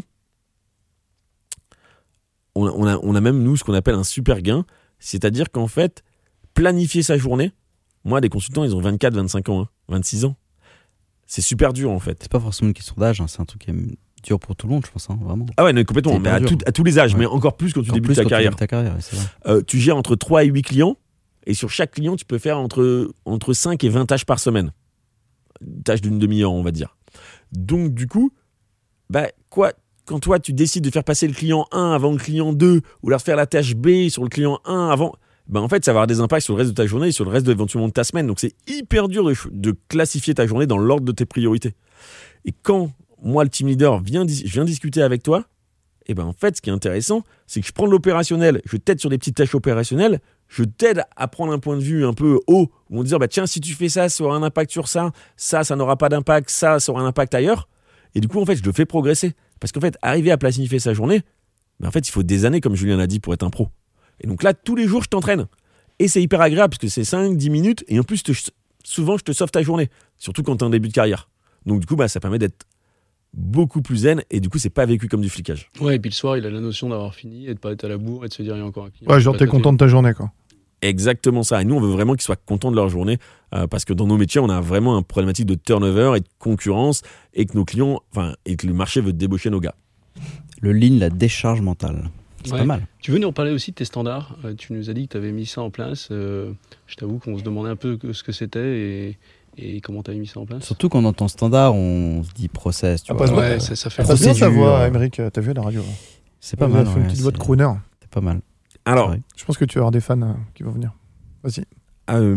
On a, on, a, on a même, nous, ce qu'on appelle un super gain, c'est-à-dire qu'en fait, planifier sa journée, moi, des consultants, ils ont vingt-quatre, vingt-cinq ans, hein, vingt-six ans. C'est super dur, en fait. C'est pas forcément une question d'âge, hein, c'est un truc qui est dur pour tout le monde, je pense, hein, vraiment. Ah ouais, non, complètement, C'est mais à, hyper tout, dur. à tous les âges, Ouais. mais encore plus quand tu En débutes plus, ta quand tu carrière. débutes ta carrière, ouais, c'est vrai. Euh, tu gères entre trois et huit clients, et sur chaque client, tu peux faire entre, entre cinq et vingt tâches par semaine. Une tâche d'une demi-heure, on va dire. Donc, du coup, bah, quoi, quand toi, tu décides de faire passer le client un avant le client deux, ou leur faire la tâche B sur le client un avant, bah, en fait, ça va avoir des impacts sur le reste de ta journée et sur le reste de, éventuellement de ta semaine. Donc, c'est hyper dur de, de classifier ta journée dans l'ordre de tes priorités. Et quand moi, le team leader, vient, je viens discuter avec toi, et ben en fait, ce qui est intéressant, c'est que je prends de l'opérationnel, je t'aide sur des petites tâches opérationnelles, je t'aide à prendre un point de vue un peu haut, où on dit, bah, tiens, si tu fais ça, ça aura un impact sur ça, ça, ça n'aura pas d'impact, ça, ça aura un impact ailleurs. Et du coup, en fait, je le fais progresser. Parce qu'en fait, arriver à planifier sa journée, ben, en fait, il faut des années, comme Julien l'a dit, pour être un pro. Et donc là, tous les jours, je t'entraîne. Et c'est hyper agréable, parce que c'est cinq dix minutes, et en plus, te, souvent, je te sauve ta journée, surtout quand tu es en début de carrière. Donc du coup, bah, ça permet d'être beaucoup plus zen, et du coup, c'est pas vécu comme du flicage. Ouais, et puis le soir, il a la notion d'avoir fini et de pas être à la bourre et de se dire il y a encore un client. Ouais, genre, t'es content de ta journée, quoi. Exactement ça. Et nous, on veut vraiment qu'ils soient contents de leur journée, euh, parce que dans nos métiers, on a vraiment un problématique de turnover et de concurrence, et que nos clients, enfin, et que le marché veut débaucher nos gars. Le lean, la décharge mentale. C'est Ouais. pas mal. Tu veux nous reparler aussi de tes standards. Euh, Tu nous as dit que tu avais mis ça en place. Euh, je t'avoue qu'on se demandait un peu que- ce que c'était et, et comment tu avais mis ça en place. Surtout quand on entend standard, on se dit process. Tu Ah, vois. passe- Ouais, ça, ça fait Ça passe bien sa Procédure. voix, Émeric. T'as vu à la radio? C'est pas Il mal. a fait une ouais, petite voix de c'est- crooner. C'est pas mal. Alors, C'est vrai. Je pense que tu vas avoir des fans euh, qui vont venir. Vas-y. euh,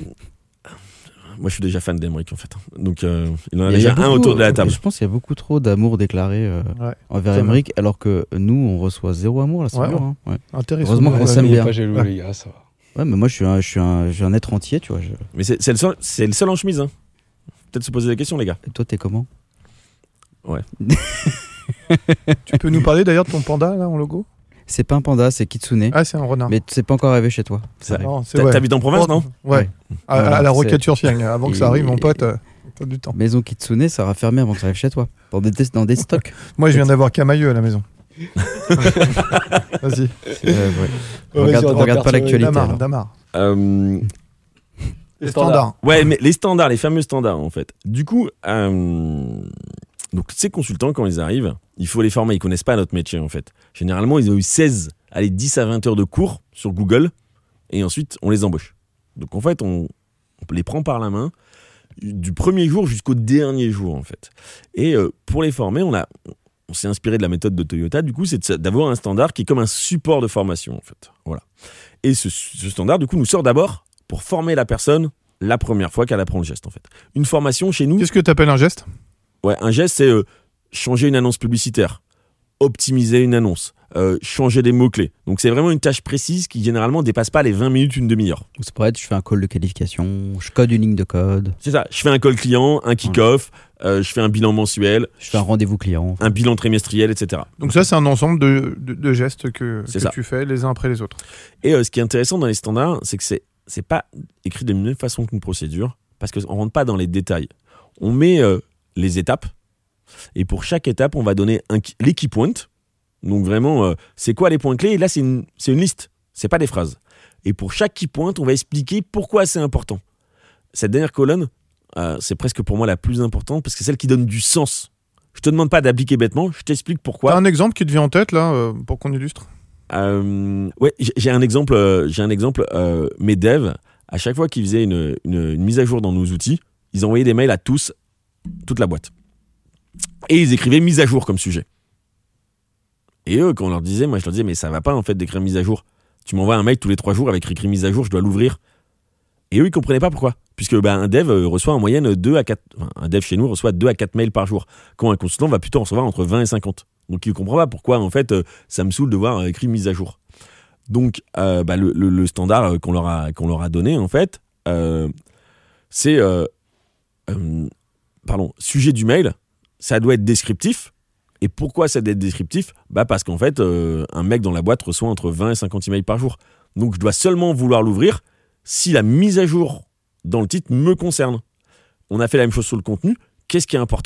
moi, je suis déjà fan d'Emeric, en fait. Donc, euh, il en a Il y a déjà un beaucoup- autour de la table. Je pense qu'il y a beaucoup trop d'amour déclaré euh, Ouais. envers Ça va. Émeric, alors que nous, on reçoit zéro amour. Là, c'est Ouais, dur. ouais. Hein. Ouais. Intéressant. Heureusement qu'on Ouais, s'aime ouais. bien. Pas jaloux, Ouais. les gars, ça va. Ouais, mais moi, je suis un, je suis un, je suis un être entier, tu vois. Je... Mais c'est c'est le, seul- c'est le seul en chemise. Hein. Peut-être se poser la question, les gars. Et toi, t'es comment? Tu peux nous parler d'ailleurs de ton panda, là, en logo? C'est pas un panda, c'est Kitsune. Ah, c'est un renard. Mais c'est pas encore arrivé chez toi. Ça Ça- arrive. Non, c'est T'as- ouais. T'habites en province, non? Ouais. À, à Voilà, la c'est- roquette sur Sienne. Avant que ça Et- arrive, mon pote, euh, t'as du temps. Maison Kitsune, ça va fermer avant que ça arrive chez toi. Dans des, dans des stocks. Moi, je viens d'avoir Camailleux à la maison. Vas-y. C'est, euh, ouais. Regarde, regarde pas l'actualité. Damar, alors. Damar. Euh, Les standards. Ouais, mais les standards, les fameux standards, en fait. Du coup, euh, Donc ces consultants, quand ils arrivent, il faut les former. Ils connaissent pas notre métier en fait. Généralement, ils ont eu seize, allez dix à vingt heures de cours sur Google et ensuite on les embauche. Donc en fait, on, on les prend par la main du premier jour jusqu'au dernier jour en fait. Et euh, pour les former, on a on s'est inspiré de la méthode de Toyota, du coup, c'est d'avoir un standard qui est comme un support de formation, en fait. Voilà. Et ce, ce standard, du coup, nous sort d'abord pour former la personne la première fois qu'elle apprend le geste, en fait. Une formation chez nous... Qu'est-ce que tu appelles un geste ? Ouais, un geste, c'est euh, changer une annonce publicitaire, optimiser une annonce, euh, changer des mots-clés. Donc, c'est vraiment une tâche précise qui, généralement, ne dépasse pas les vingt minutes, une demi-heure. Donc, ça pourrait être, je fais un call de qualification, je code une ligne de code. C'est ça. Je fais un call client, un kick-off, euh, je fais un bilan mensuel. Je fais un rendez-vous client. Un bilan trimestriel, et cetera. Donc ça, c'est un ensemble de, de, de gestes que, que ça. tu fais les uns après les autres. Et euh, ce qui est intéressant dans les standards, c'est que c'est, c'est pas écrit de la même façon qu'une procédure, parce qu'on rentre pas dans les détails. On met euh, les étapes, et pour chaque étape, on va donner un, les key points. Donc vraiment, euh, c'est quoi les points clés ? Et là, c'est une, c'est une liste, c'est pas des phrases. Et pour chaque key point, on va expliquer pourquoi c'est important. Cette dernière colonne, euh, c'est presque pour moi la plus importante, parce que c'est celle qui donne du sens. Je te demande pas d'appliquer bêtement, je t'explique pourquoi. T'as un exemple qui te vient en tête, là, euh, pour qu'on illustre ? euh, Ouais, j'ai, j'ai un exemple, euh, j'ai un exemple euh, mes devs, à chaque fois qu'ils faisaient une, une, une mise à jour dans nos outils, ils envoyaient des mails à tous, toute la boîte. Et ils écrivaient mise à jour comme sujet. Et eux, quand on leur disait, moi je leur disais, mais ça va pas en fait d'écrire mise à jour. Tu m'envoies un mail tous les trois jours avec écrit mise à jour, je dois l'ouvrir. Et eux, ils comprenaient pas pourquoi. Puisque bah, un dev reçoit en moyenne deux à quatre, enfin, un dev chez nous reçoit deux à quatre mails par jour. Quand un consultant va plutôt recevoir entre vingt et cinquante. Donc il ne comprend pas pourquoi en fait ça me saoule de voir écrit mise à jour. Donc euh, bah, le, le, le standard qu'on leur a, qu'on leur a donné en fait, euh, c'est euh, euh, pardon, sujet du mail, ça doit être descriptif. Et pourquoi ça doit être descriptif ? Bah parce qu'en fait, euh, un mec dans la boîte reçoit entre vingt et cinquante emails par jour. Donc je dois seulement vouloir l'ouvrir si la mise à jour dans le titre me concerne. On a fait la même chose sur le contenu. Qu'est-ce qui est important ?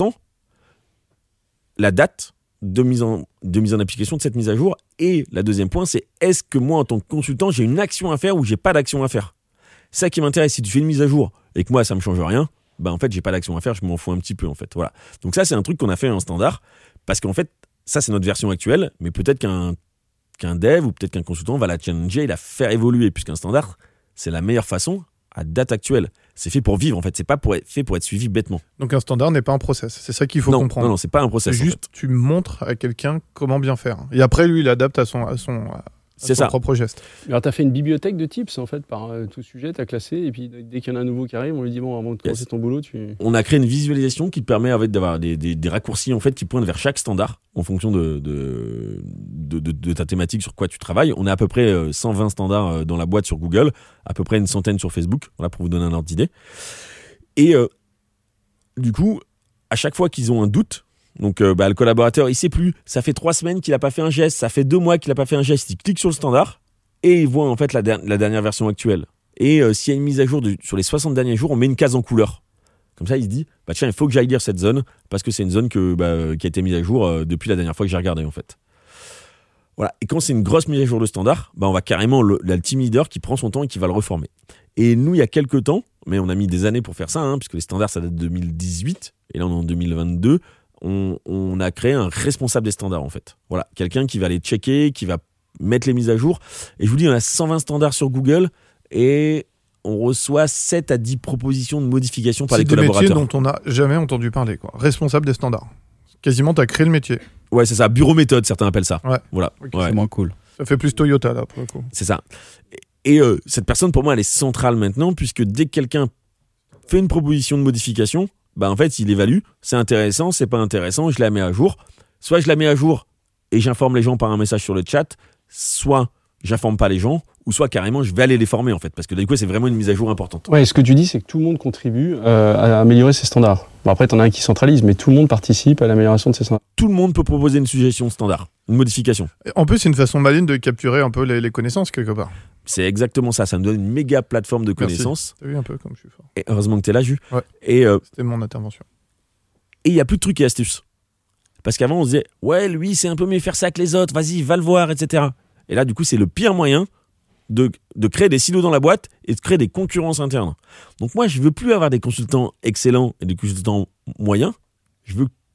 La date de mise en, de mise en application de cette mise à jour. Et la deuxième point, c'est est-ce que moi, en tant que consultant, j'ai une action à faire ou j'ai pas d'action à faire ? C'est ça qui m'intéresse. Si tu fais une mise à jour et que moi, ça me change rien, bah en fait, j'ai pas d'action à faire, je m'en fous un petit peu en fait. Voilà. Donc ça, c'est un truc qu'on a fait en standard. Parce qu'en fait, ça, c'est notre version actuelle, mais peut-être qu'un, qu'un dev ou peut-être qu'un consultant va la challenger et la faire évoluer, puisqu'un standard, c'est la meilleure façon à date actuelle. C'est fait pour vivre, en fait. C'est pas pour être, fait pour être suivi bêtement. Donc un standard n'est pas un process. C'est ça qu'il faut non, comprendre. Non, non, c'est pas un process. C'est juste, en fait. tu montres à quelqu'un comment bien faire. Et après, lui, il adapte à son, à son, à c'est son ça. propre geste. Alors, tu as fait une bibliothèque de tips, en fait, par euh, tout sujet, tu as classé, et puis dès qu'il y en a un nouveau qui arrive, on lui dit, bon, avant de commencer Yes. ton boulot, tu... On a créé une visualisation qui permet en fait, d'avoir des, des, des raccourcis en fait, qui pointent vers chaque standard en fonction de, de, de, de, de ta thématique, sur quoi tu travailles. On a à peu près cent vingt standards dans la boîte sur Google, à peu près une centaine sur Facebook, voilà, pour vous donner un ordre d'idée. Et euh, du coup, à chaque fois qu'ils ont un doute, donc euh, bah, le collaborateur, il sait plus, ça fait trois semaines qu'il n'a pas fait un geste, ça fait deux mois qu'il n'a pas fait un geste, il clique sur le standard et il voit en fait la, der- la dernière version actuelle. Et euh, s'il y a une mise à jour de, sur les soixante derniers jours, on met une case en couleur. Comme ça, il se dit, bah tiens, il faut que j'aille lire cette zone, parce que c'est une zone que, bah, qui a été mise à jour euh, depuis la dernière fois que j'ai regardé, en fait. Voilà. Et quand c'est une grosse mise à jour de standard, bah, on va carrément, le, le team leader qui prend son temps et qui va le reformer. Et nous, il y a quelques temps, mais on a mis des années pour faire ça, hein, puisque les standards, ça date de deux mille dix-huit, et là, on est en deux mille vingt-deux, on, on a créé un responsable des standards, en fait. Voilà. Quelqu'un qui va les checker, qui va mettre les mises à jour. Et je vous dis, on a cent vingt standards sur Google, et on reçoit sept à dix propositions de modification par c'est les collaborateurs. C'est des métiers dont on n'a jamais entendu parler, quoi. Responsable des standards. Quasiment, tu as créé le métier. Ouais, c'est ça. Bureau méthode, certains appellent ça. Ouais. Voilà. Okay. Ouais. C'est moins cool. Ça fait plus Toyota, là, pour le coup. C'est ça. Et euh, cette personne, pour moi, elle est centrale maintenant, puisque dès que quelqu'un fait une proposition de modification, bah, en fait, il évalue. C'est intéressant, c'est pas intéressant, je la mets à jour. Soit je la mets à jour et j'informe les gens par un message sur le chat, soit j'informe pas les gens, ou soit carrément je vais aller les former en fait, parce que du coup c'est vraiment une mise à jour importante. Ouais, ce que tu dis, c'est que tout le monde contribue euh, à améliorer ses standards. Bon, après, t'en as un qui centralise, mais tout le monde participe à l'amélioration de ses standards. Tout le monde peut proposer une suggestion standard, une modification. En plus, c'est une façon maligne de capturer un peu les, les connaissances quelque part. C'est exactement ça, ça nous donne une méga plateforme de connaissances. T'as vu un peu comme je suis fort. Et heureusement que t'es là, Jus. Ouais. Et euh, c'était mon intervention. Et il y a plus de trucs et astuces. Parce qu'avant on se disait, ouais, lui c'est un peu mieux faire ça que les autres, vas-y, va le voir, et cetera. Et là, du coup, c'est le pire moyen de, de créer des silos dans la boîte et de créer des concurrences internes. Donc moi, je veux plus avoir des consultants excellents et des consultants moyens. Je veux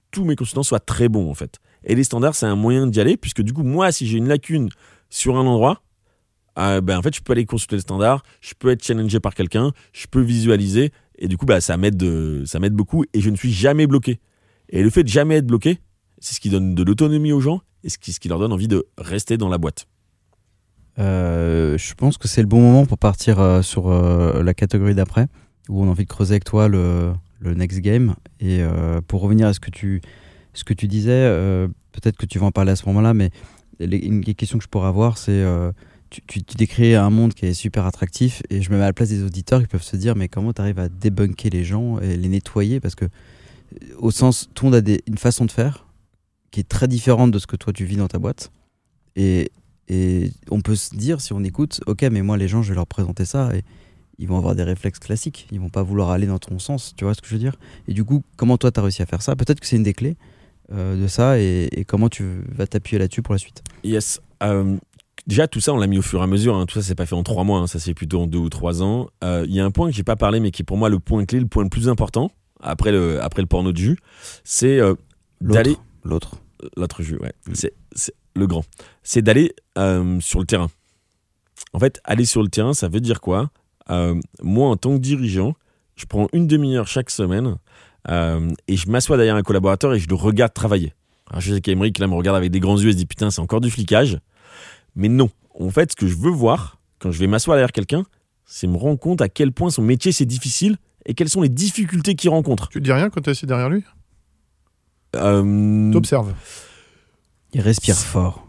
tous mes consultants soient très bons en fait. Et les standards, c'est un moyen d'y aller, puisque du coup, moi, si j'ai une lacune sur un endroit, euh, ben, en fait, je peux aller consulter le standard, je peux être challengé par quelqu'un, je peux visualiser, et du coup, bah, ça m'aide, de, ça m'aide beaucoup, et je ne suis jamais bloqué. Et le fait de jamais être bloqué, c'est ce qui donne de l'autonomie aux gens, et ce qui, ce qui leur donne envie de rester dans la boîte. Euh, je pense que c'est le bon moment pour partir euh, sur euh, la catégorie d'après, où on a envie de creuser avec toi le, le next game. Et euh, pour revenir à ce que tu, ce que tu disais, euh, peut-être que tu vas en parler à ce moment-là, mais les, une des questions que je pourrais avoir, c'est euh, tu, tu, tu décris un monde qui est super attractif, et je me mets à la place des auditeurs qui peuvent se dire, mais comment tu arrives à débunker les gens et les nettoyer, parce que au sens, tout le monde a des, une façon de faire qui est très différente de ce que toi tu vis dans ta boîte. Et Et on peut se dire, si on écoute, ok, mais moi, les gens, je vais leur présenter ça et ils vont avoir des réflexes classiques. Ils vont pas vouloir aller dans ton sens, tu vois ce que je veux dire? Et du coup, comment toi, tu as réussi à faire ça? Peut-être que c'est une des clés euh, de ça et, et comment tu vas t'appuyer là-dessus pour la suite? Yes. Euh, déjà, tout ça, on l'a mis au fur et à mesure. Hein. Tout ça, c'est pas fait en trois mois. Hein. Ça, c'est plutôt en deux ou trois ans. Il euh, y a un point que j'ai pas parlé, mais qui est pour moi le point clé, le point le plus important, après le, après le porno de jus, c'est euh, d'aller... L'autre. L'autre jus, ouais. Mmh. C'est, c'est le grand. C'est d'aller euh, sur le terrain. En fait, aller sur le terrain, ça veut dire quoi? euh, Moi, en tant que dirigeant, je prends une demi-heure chaque semaine euh, et je m'assois derrière un collaborateur et je le regarde travailler. Alors, je sais qu'Aymeric, là, me regarde avec des grands yeux et se dit « Putain, c'est encore du flicage ». Mais non. En fait, ce que je veux voir, quand je vais m'asseoir derrière quelqu'un, c'est me rendre compte à quel point son métier, c'est difficile et quelles sont les difficultés qu'il rencontre. Tu te dis rien quand tu es assis derrière lui? euh... T'observes. Il respire fort.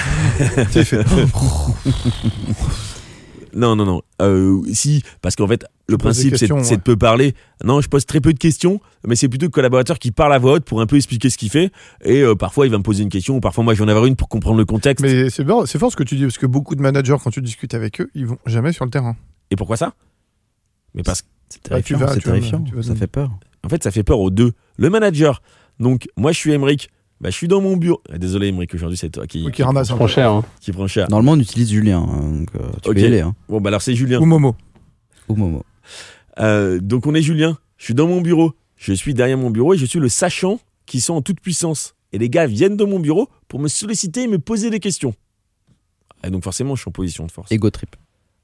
Non, non, non. Euh, si, parce qu'en fait, le principe, questions, c'est, ouais. c'est de peu parler. Non, je pose très peu de questions, mais c'est plutôt le collaborateur qui parle à voix haute pour un peu expliquer ce qu'il fait. Et euh, parfois, il va me poser une question, ou parfois, moi, je vais en avoir une pour comprendre le contexte. Mais c'est fort, c'est fort ce que tu dis, parce que beaucoup de managers, quand tu discutes avec eux, ils vont jamais sur le terrain. Et pourquoi ça? Mais parce que, C'est terrifiant, vas- c'est tu vas- terrifiant. tu vas- ça fait peur. en fait, ça fait peur aux deux. Le manager, donc, moi, je suis Aymeric. Bah, je suis dans mon bureau. Ah, désolé, Aymeric, aujourd'hui, c'est toi qui, Ou qui ramasse un Trop peu. cher. Hein. qui prend cher. Normalement, on utilise Julien, hein, donc euh, tu Ok. peux y aller. Hein. Bon, bah, alors, c'est Julien. Ou Momo. Ou Momo. Euh, donc, on est Julien. Je suis dans mon bureau. Je suis derrière mon bureau et je suis le sachant qui sont en toute puissance. Et les gars viennent de mon bureau pour me solliciter et me poser des questions. Et donc, forcément, je suis en position de force. Ego trip.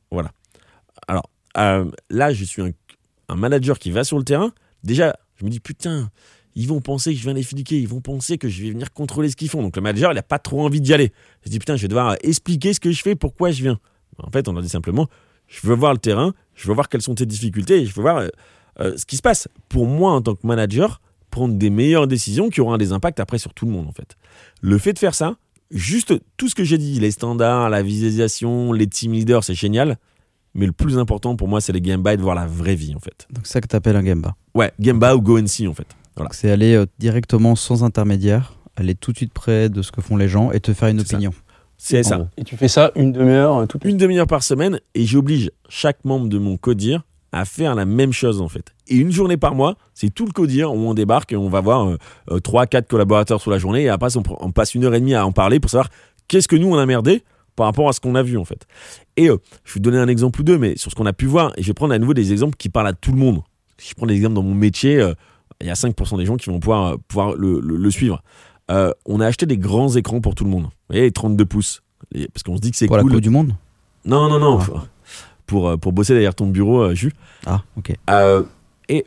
Alors, euh, là, je suis un, un manager qui va sur le terrain. Déjà, je me dis, putain, ils vont penser que je viens les fliquer. Ils vont penser que je vais venir contrôler ce qu'ils font. Donc, le manager, il n'a pas trop envie d'y aller. Je dis, putain, je vais devoir expliquer ce que je fais, pourquoi je viens. En fait, on leur dit simplement, je veux voir le terrain, je veux voir quelles sont tes difficultés et je veux voir euh, euh, ce qui se passe. Pour moi, en tant que manager, prendre des meilleures décisions qui auront des impacts après sur tout le monde, en fait. Le fait de faire ça, juste tout ce que j'ai dit, les standards, la visualisation, les team leaders, c'est génial. Mais le plus important pour moi, c'est les Gemba et de voir la vraie vie, en fait. Donc c'est ça que tu appelles un Gemba. Ouais, Gemba ou Go and See, en fait. Voilà. Donc c'est aller euh, directement sans intermédiaire, aller tout de suite près de ce que font les gens et te faire une C'est ça. opinion. C'est ça. Et tu fais ça une demi-heure toute Une demi-heure par semaine et j'oblige chaque membre de mon codir à faire la même chose, en fait. Et une journée par mois, c'est tout le codir où on débarque et on va voir trois, quatre collaborateurs sur la journée et après, on, on passe une heure et demie à en parler pour savoir qu'est-ce que nous, on a merdé par rapport à ce qu'on a vu, en fait. Et euh, je vais vous donner un exemple ou deux, mais sur ce qu'on a pu voir, et je vais prendre à nouveau des exemples qui parlent à tout le monde. Si je prends des exemples dans mon métier, euh, il y a cinq pour cent des gens qui vont pouvoir, euh, pouvoir le, le, le suivre. Euh, on a acheté des grands écrans pour tout le monde. Vous voyez, les trente-deux pouces. Les- parce qu'on se dit que c'est Pour cool. la Coupe du Monde. Non, non, non. Ah. Pour, euh, pour bosser derrière ton bureau, euh, Jus. Ah, ok. Euh, et,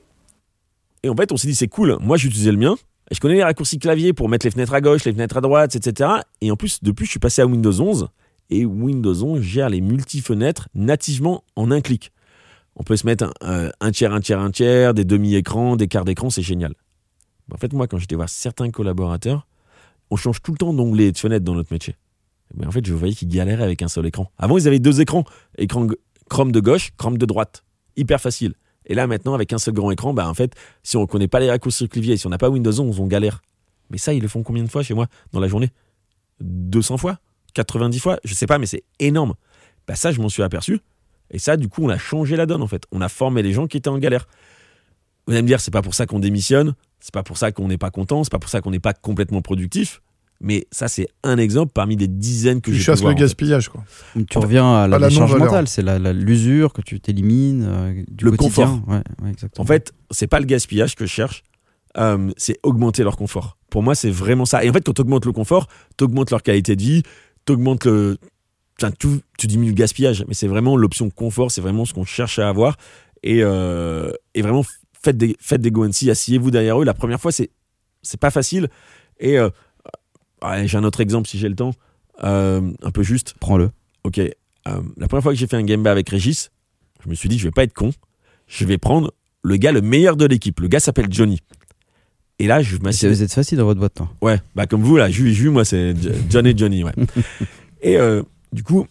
et en fait, on s'est dit, c'est cool. Moi, j'utilisais le mien. Et je connais les raccourcis clavier pour mettre les fenêtres à gauche, les fenêtres à droite, et cetera. Et en plus, depuis, je suis passé à Windows onze. Et Windows onze gère les multi-fenêtres nativement en un clic. On peut se mettre un, un tiers, un tiers, un tiers, des demi-écrans, des quarts d'écran, c'est génial. En fait, moi, quand j'étais voir certains collaborateurs, on change tout le temps d'onglet et de fenêtre dans notre métier. Mais en fait, je voyais qu'ils galéraient avec un seul écran. Avant, ils avaient deux écrans. Écran Chrome de gauche, Chrome de droite. Hyper facile. Et là, maintenant, avec un seul grand écran, bah, en fait, si on ne connaît pas les raccourcis clavier, si on n'a pas Windows onze, on galère. Mais ça, ils le font combien de fois chez moi dans la journée? deux cents fois? quatre-vingt-dix fois? Je sais pas, mais c'est énorme. Bah, ça, je m'en suis aperçu. Et ça, du coup, on a changé la donne, en fait. On a formé les gens qui étaient en galère. Vous allez me dire, c'est pas pour ça qu'on démissionne, c'est pas pour ça qu'on n'est pas content, c'est pas pour ça qu'on n'est pas complètement productif. Mais ça, c'est un exemple parmi des dizaines que Tu j'ai pu chasses voir, le en fait. gaspillage, quoi. Donc, tu reviens à la, à la décharge non-valeur. mentale, c'est la, la- l'usure que tu t'élimines euh, du Le quotidien. confort. Ouais, ouais, exactement. En fait, c'est pas le gaspillage que je cherche. euh, c'est augmenter leur confort. Pour moi, c'est vraiment ça. Et en fait, quand tu augmentes le confort, tu augmentes leur qualité de vie, tu augmentes le... Enfin, tout, tu diminues le gaspillage. Mais c'est vraiment l'option confort, c'est vraiment ce qu'on cherche à avoir. Et, euh, et vraiment, faites des, faites des go and see, asseyez-vous derrière eux. La première fois, c'est, c'est pas facile. Et euh, ouais, j'ai un autre exemple si j'ai le temps. Euh, un peu juste. Prends-le. Ok. Euh, la première fois que j'ai fait un Gemba avec Régis, je me suis dit, je vais pas être con. Je vais prendre le gars le meilleur de l'équipe. Le gars s'appelle Johnny. Et là, je m'assieds. Vous êtes facile dans votre boîte, toi. Ouais, bah comme vous, là, Ju, Ju, moi, c'est John et Johnny, ouais. Et euh, du coup,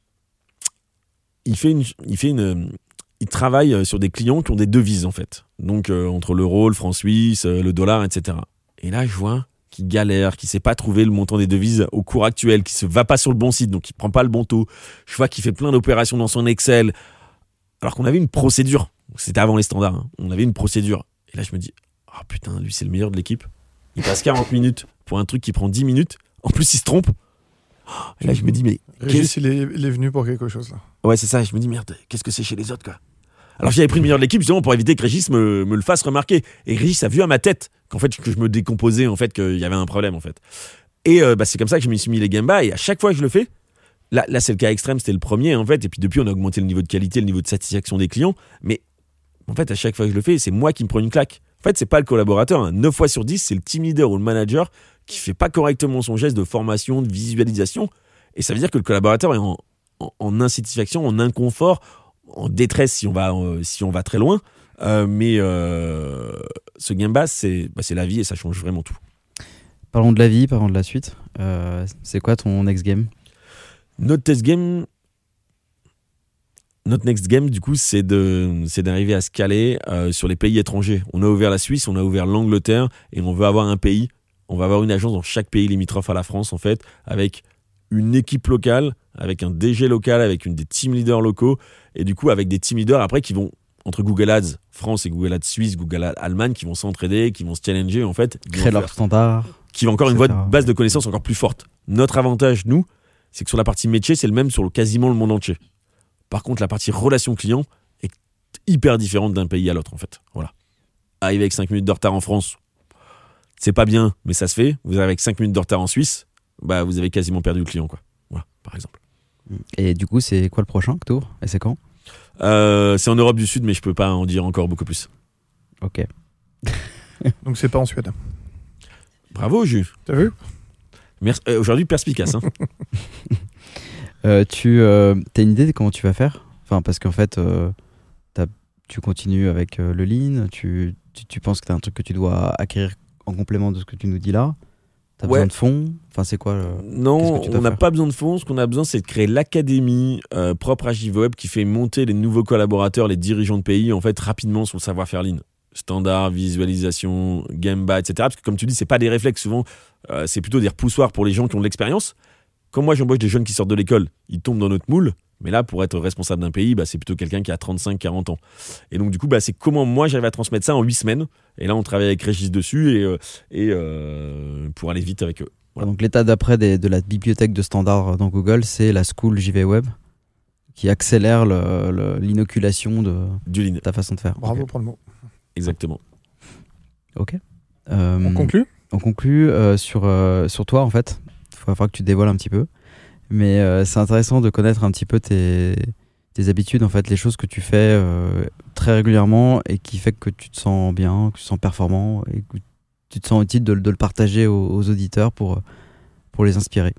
il fait une. Il fait une il travaille sur des clients qui ont des devises, en fait. Donc, euh, entre l'euro, le franc suisse, euh, le dollar, et cetera. Et là, je vois qu'il galère, qu'il ne sait pas trouver le montant des devises au cours actuel, qu'il ne va pas sur le bon site, donc il ne prend pas le bon taux. Je vois qu'il fait plein d'opérations dans son Excel, alors qu'on avait une procédure. C'était avant les standards. Hein. On avait une procédure. Et là, je me dis, oh putain, lui, c'est le meilleur de l'équipe. Il passe quarante minutes pour un truc qui prend dix minutes. En plus, il se trompe. Et là, je me dis, mais... Régis, il est, il est venu pour quelque chose, là. Ouais, c'est ça. Je me dis, merde, qu'est-ce que c'est chez les autres, quoi. Alors j'avais pris le meilleur de l'équipe justement pour éviter que Régis me, me le fasse remarquer. Et Régis a vu à ma tête qu'en fait que je me décomposais, en fait qu'il y avait un problème en fait. Et euh, bah, c'est comme ça que je me suis mis les Gemba. Et à chaque fois que je le fais, là, là c'est le cas extrême, c'était le premier en fait. Et puis depuis on a augmenté le niveau de qualité, le niveau de satisfaction des clients. Mais en fait à chaque fois que je le fais, c'est moi qui me prends une claque. En fait c'est pas le collaborateur. Hein. neuf fois sur dix, c'est le team leader ou le manager qui fait pas correctement son geste de formation, de visualisation. Et ça veut dire que le collaborateur est en, en, en insatisfaction, en inconfort, en détresse si on va, euh, si on va très loin. Euh, mais euh, ce Gemba, c'est, bah, c'est la vie et ça change vraiment tout. Parlons de la vie, parlons de la suite. Euh, c'est quoi ton next game ? Notre test game, notre next game, du coup, c'est, de, c'est d'arriver à se caler euh, sur les pays étrangers. On a ouvert la Suisse, on a ouvert l'Angleterre et on veut avoir un pays. On va avoir une agence dans chaque pays limitrophe à la France, en fait, avec une équipe locale, avec un D G local, avec une des team leaders locaux, et du coup avec des team leaders après qui vont, entre Google Ads France et Google Ads Suisse, Google Ads Allemagne, qui vont s'entraider, qui vont se challenger en fait. Créer leur standard. Qui va encore une fois une base de connaissances encore plus forte. Notre avantage, nous, c'est que sur la partie métier, c'est le même sur le, quasiment le monde entier. Par contre, la partie relation client est hyper différente d'un pays à l'autre en fait. Voilà. Arriver avec cinq minutes de retard en France, c'est pas bien, mais ça se fait. Vous arrivez avec cinq minutes de retard en Suisse, bah vous avez quasiment perdu le client, quoi. Voilà, par exemple. Et du coup, c'est quoi le prochain que t'ouvres ? Et c'est quand ? euh, C'est en Europe du Sud, mais je peux pas en dire encore beaucoup plus. Ok. Donc c'est pas en Suède. Bravo, Jus. T'as vu ? Merci. Euh, aujourd'hui, perspicace. Hein. euh, tu euh, as une idée de comment tu vas faire ? Enfin, parce qu'en fait, euh, tu continues avec euh, le lean, tu, tu, tu penses que tu as un truc que tu dois acquérir en complément de ce que tu nous dis là ? T'as ouais. besoin de fonds ? Enfin, c'est quoi le... Non, on n'a pas besoin de fonds. Ce qu'on a besoin, c'est de créer l'académie euh, propre à JVweb qui fait monter les nouveaux collaborateurs, les dirigeants de pays, en fait, rapidement sur le savoir-faire lean. Standard, visualisation, Gemba, et cetera. Parce que comme tu dis, c'est pas des réflexes. Souvent, euh, c'est plutôt des repoussoirs pour les gens qui ont de l'expérience. Comme moi, j'embauche des jeunes qui sortent de l'école, ils tombent dans notre moule. Mais là, pour être responsable d'un pays, bah, c'est plutôt quelqu'un qui a trente-cinq quarante ans. Et donc, du coup, bah, c'est comment moi, j'arrive à transmettre ça en huit semaines. Et là, on travaille avec Régis dessus et, euh, et euh, pour aller vite avec eux. Voilà. Donc, l'état d'après des, de la bibliothèque de standards dans Google, c'est la School JVweb qui accélère le, le, l'inoculation de du lean. Ta façon de faire. Bravo okay. pour le mot. Exactement. Ok. Euh, on conclut On conclut euh, sur, euh, sur toi, en fait. Il va falloir que tu te dévoiles un petit peu. Mais euh, c'est intéressant de connaître un petit peu tes, tes habitudes, en fait, les choses que tu fais euh, très régulièrement et qui fait que tu te sens bien, que tu te sens performant et que tu te sens utile de, de le partager aux, aux auditeurs pour, pour les inspirer.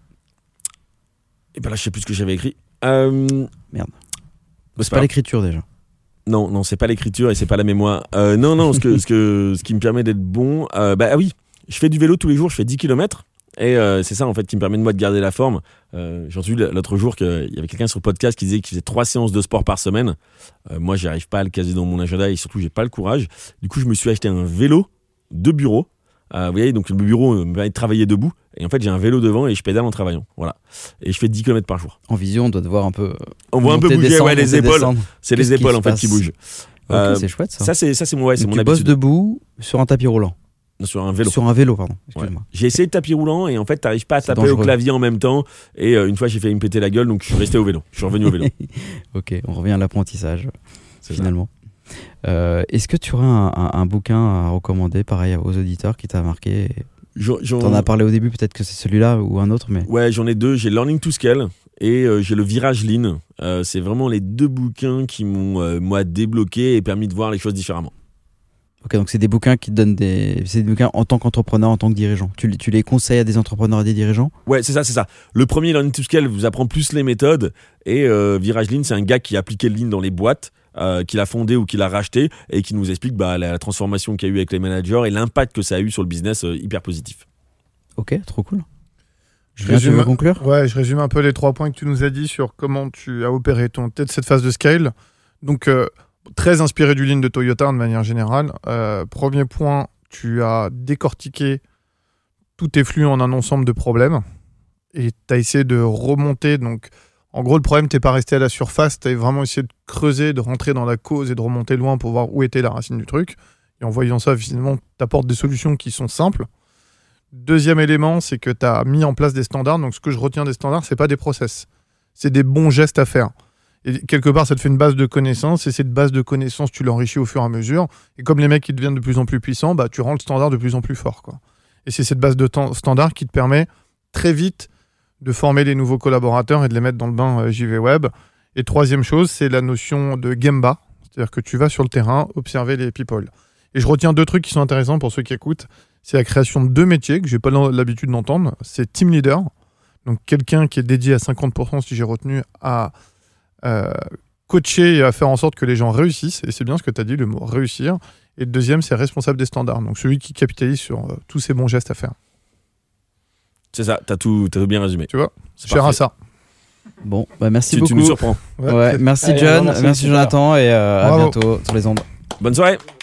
Et ben là, je sais plus ce que j'avais écrit. Euh... Merde. Bah, c'est, c'est pas, pas l'écriture déjà. Non, non, c'est pas l'écriture et c'est pas la mémoire. Euh, non, non, ce, que, ce, que, ce qui me permet d'être bon, euh, bah ah oui, je fais du vélo tous les jours, je fais dix kilomètres. Et euh, c'est ça en fait qui me permet de moi de garder la forme. Euh, j'ai entendu l'autre jour qu'il y avait quelqu'un sur le podcast qui disait qu'il faisait trois séances de sport par semaine. Euh, moi, j'y arrive pas à le caser dans mon agenda et surtout, j'ai pas le courage. Du coup, je me suis acheté un vélo de bureau. Euh, vous voyez, donc le bureau me permet de travailler debout. Et en fait, j'ai un vélo devant et je pédale en travaillant. Voilà. Et je fais dix kilomètres par jour. En vision, on doit te voir un peu. On voit un peu bouger, descendre, ouais, les épaules. Descendre. C'est Qu'est-ce les épaules en fait passe qui bougent. Ok, euh, c'est chouette ça. Ça, c'est, ça, c'est, ouais, c'est donc mon tu habitude. Tu bosses debout sur un tapis roulant. Sur un vélo. Sur un vélo, pardon. Excuse-moi. Ouais. J'ai essayé le tapis roulant et en fait, t'arrives pas à c'est taper dangereux. au clavier en même temps. Et euh, une fois, j'ai failli me péter la gueule, donc je suis resté au vélo. Je suis revenu au vélo. Ok, on revient à l'apprentissage c'est finalement. Euh, est-ce que tu aurais un, un, un bouquin à recommander, pareil, aux auditeurs qui t'a marqué? J'en, j'en... T'en as parlé au début, peut-être que c'est celui-là ou un autre, mais... Ouais, j'en ai deux. J'ai Learning to Scale et euh, j'ai le Virage Lean. Euh, c'est vraiment les deux bouquins qui m'ont, euh, moi, débloqué et permis de voir les choses différemment. Ok, donc c'est des bouquins qui te donnent des... C'est des bouquins en tant qu'entrepreneur, en tant que dirigeant. Tu, tu les conseilles à des entrepreneurs et des dirigeants? Ouais, c'est ça, c'est ça. Le premier, Learning to Scale, vous apprend plus les méthodes. Et euh, Virage Lean, c'est un gars qui a appliqué le Lean dans les boîtes, euh, qu'il a fondé ou qu'il a racheté, et qui nous explique bah, la, la transformation qu'il y a eu avec les managers et l'impact que ça a eu sur le business euh, hyper positif. Ok, trop cool. Je Bien, tu veux conclure? Ouais, je résume un peu les trois points que tu nous as dit sur comment tu as opéré ton, peut-être cette phase de scale. Donc, euh, très inspiré du Lean de Toyota de manière générale. Euh, premier point, tu as décortiqué tous tes flux en un ensemble de problèmes et tu as essayé de remonter. Donc, en gros, le problème, tu n'es pas resté à la surface, tu as vraiment essayé de creuser, de rentrer dans la cause et de remonter loin pour voir où était la racine du truc. Et en voyant ça, finalement, tu apportes des solutions qui sont simples. Deuxième élément, c'est que tu as mis en place des standards. Donc, ce que je retiens des standards, c'est pas des process. C'est des bons gestes à faire. Et quelque part, ça te fait une base de connaissances. Et cette base de connaissances, tu l'enrichis au fur et à mesure. Et comme les mecs, ils deviennent de plus en plus puissants, bah, tu rends le standard de plus en plus fort, quoi. Et c'est cette base de temps, standard qui te permet très vite de former les nouveaux collaborateurs et de les mettre dans le bain euh, J V Web. Et troisième chose, c'est la notion de Gemba. C'est-à-dire que tu vas sur le terrain observer les people. Et je retiens deux trucs qui sont intéressants pour ceux qui écoutent. C'est la création de deux métiers que je n'ai pas l'habitude d'entendre. C'est team leader, donc quelqu'un qui est dédié à cinquante pour cent, si j'ai retenu, à euh, coacher et à faire en sorte que les gens réussissent. Et c'est bien ce que tu as dit, le mot réussir. Et le deuxième, c'est responsable des standards, donc celui qui capitalise sur euh, tous ces bons gestes à faire. C'est ça, t'as tout, t'as tout bien résumé. Tu vois, c'est cher à parfait. ça. Bon, bah merci Tu, beaucoup. tu nous surprends. Ouais, merci Allez, John, merci, merci super. Jonathan et euh, à Bravo. bientôt sur les ondes. Bonne soirée.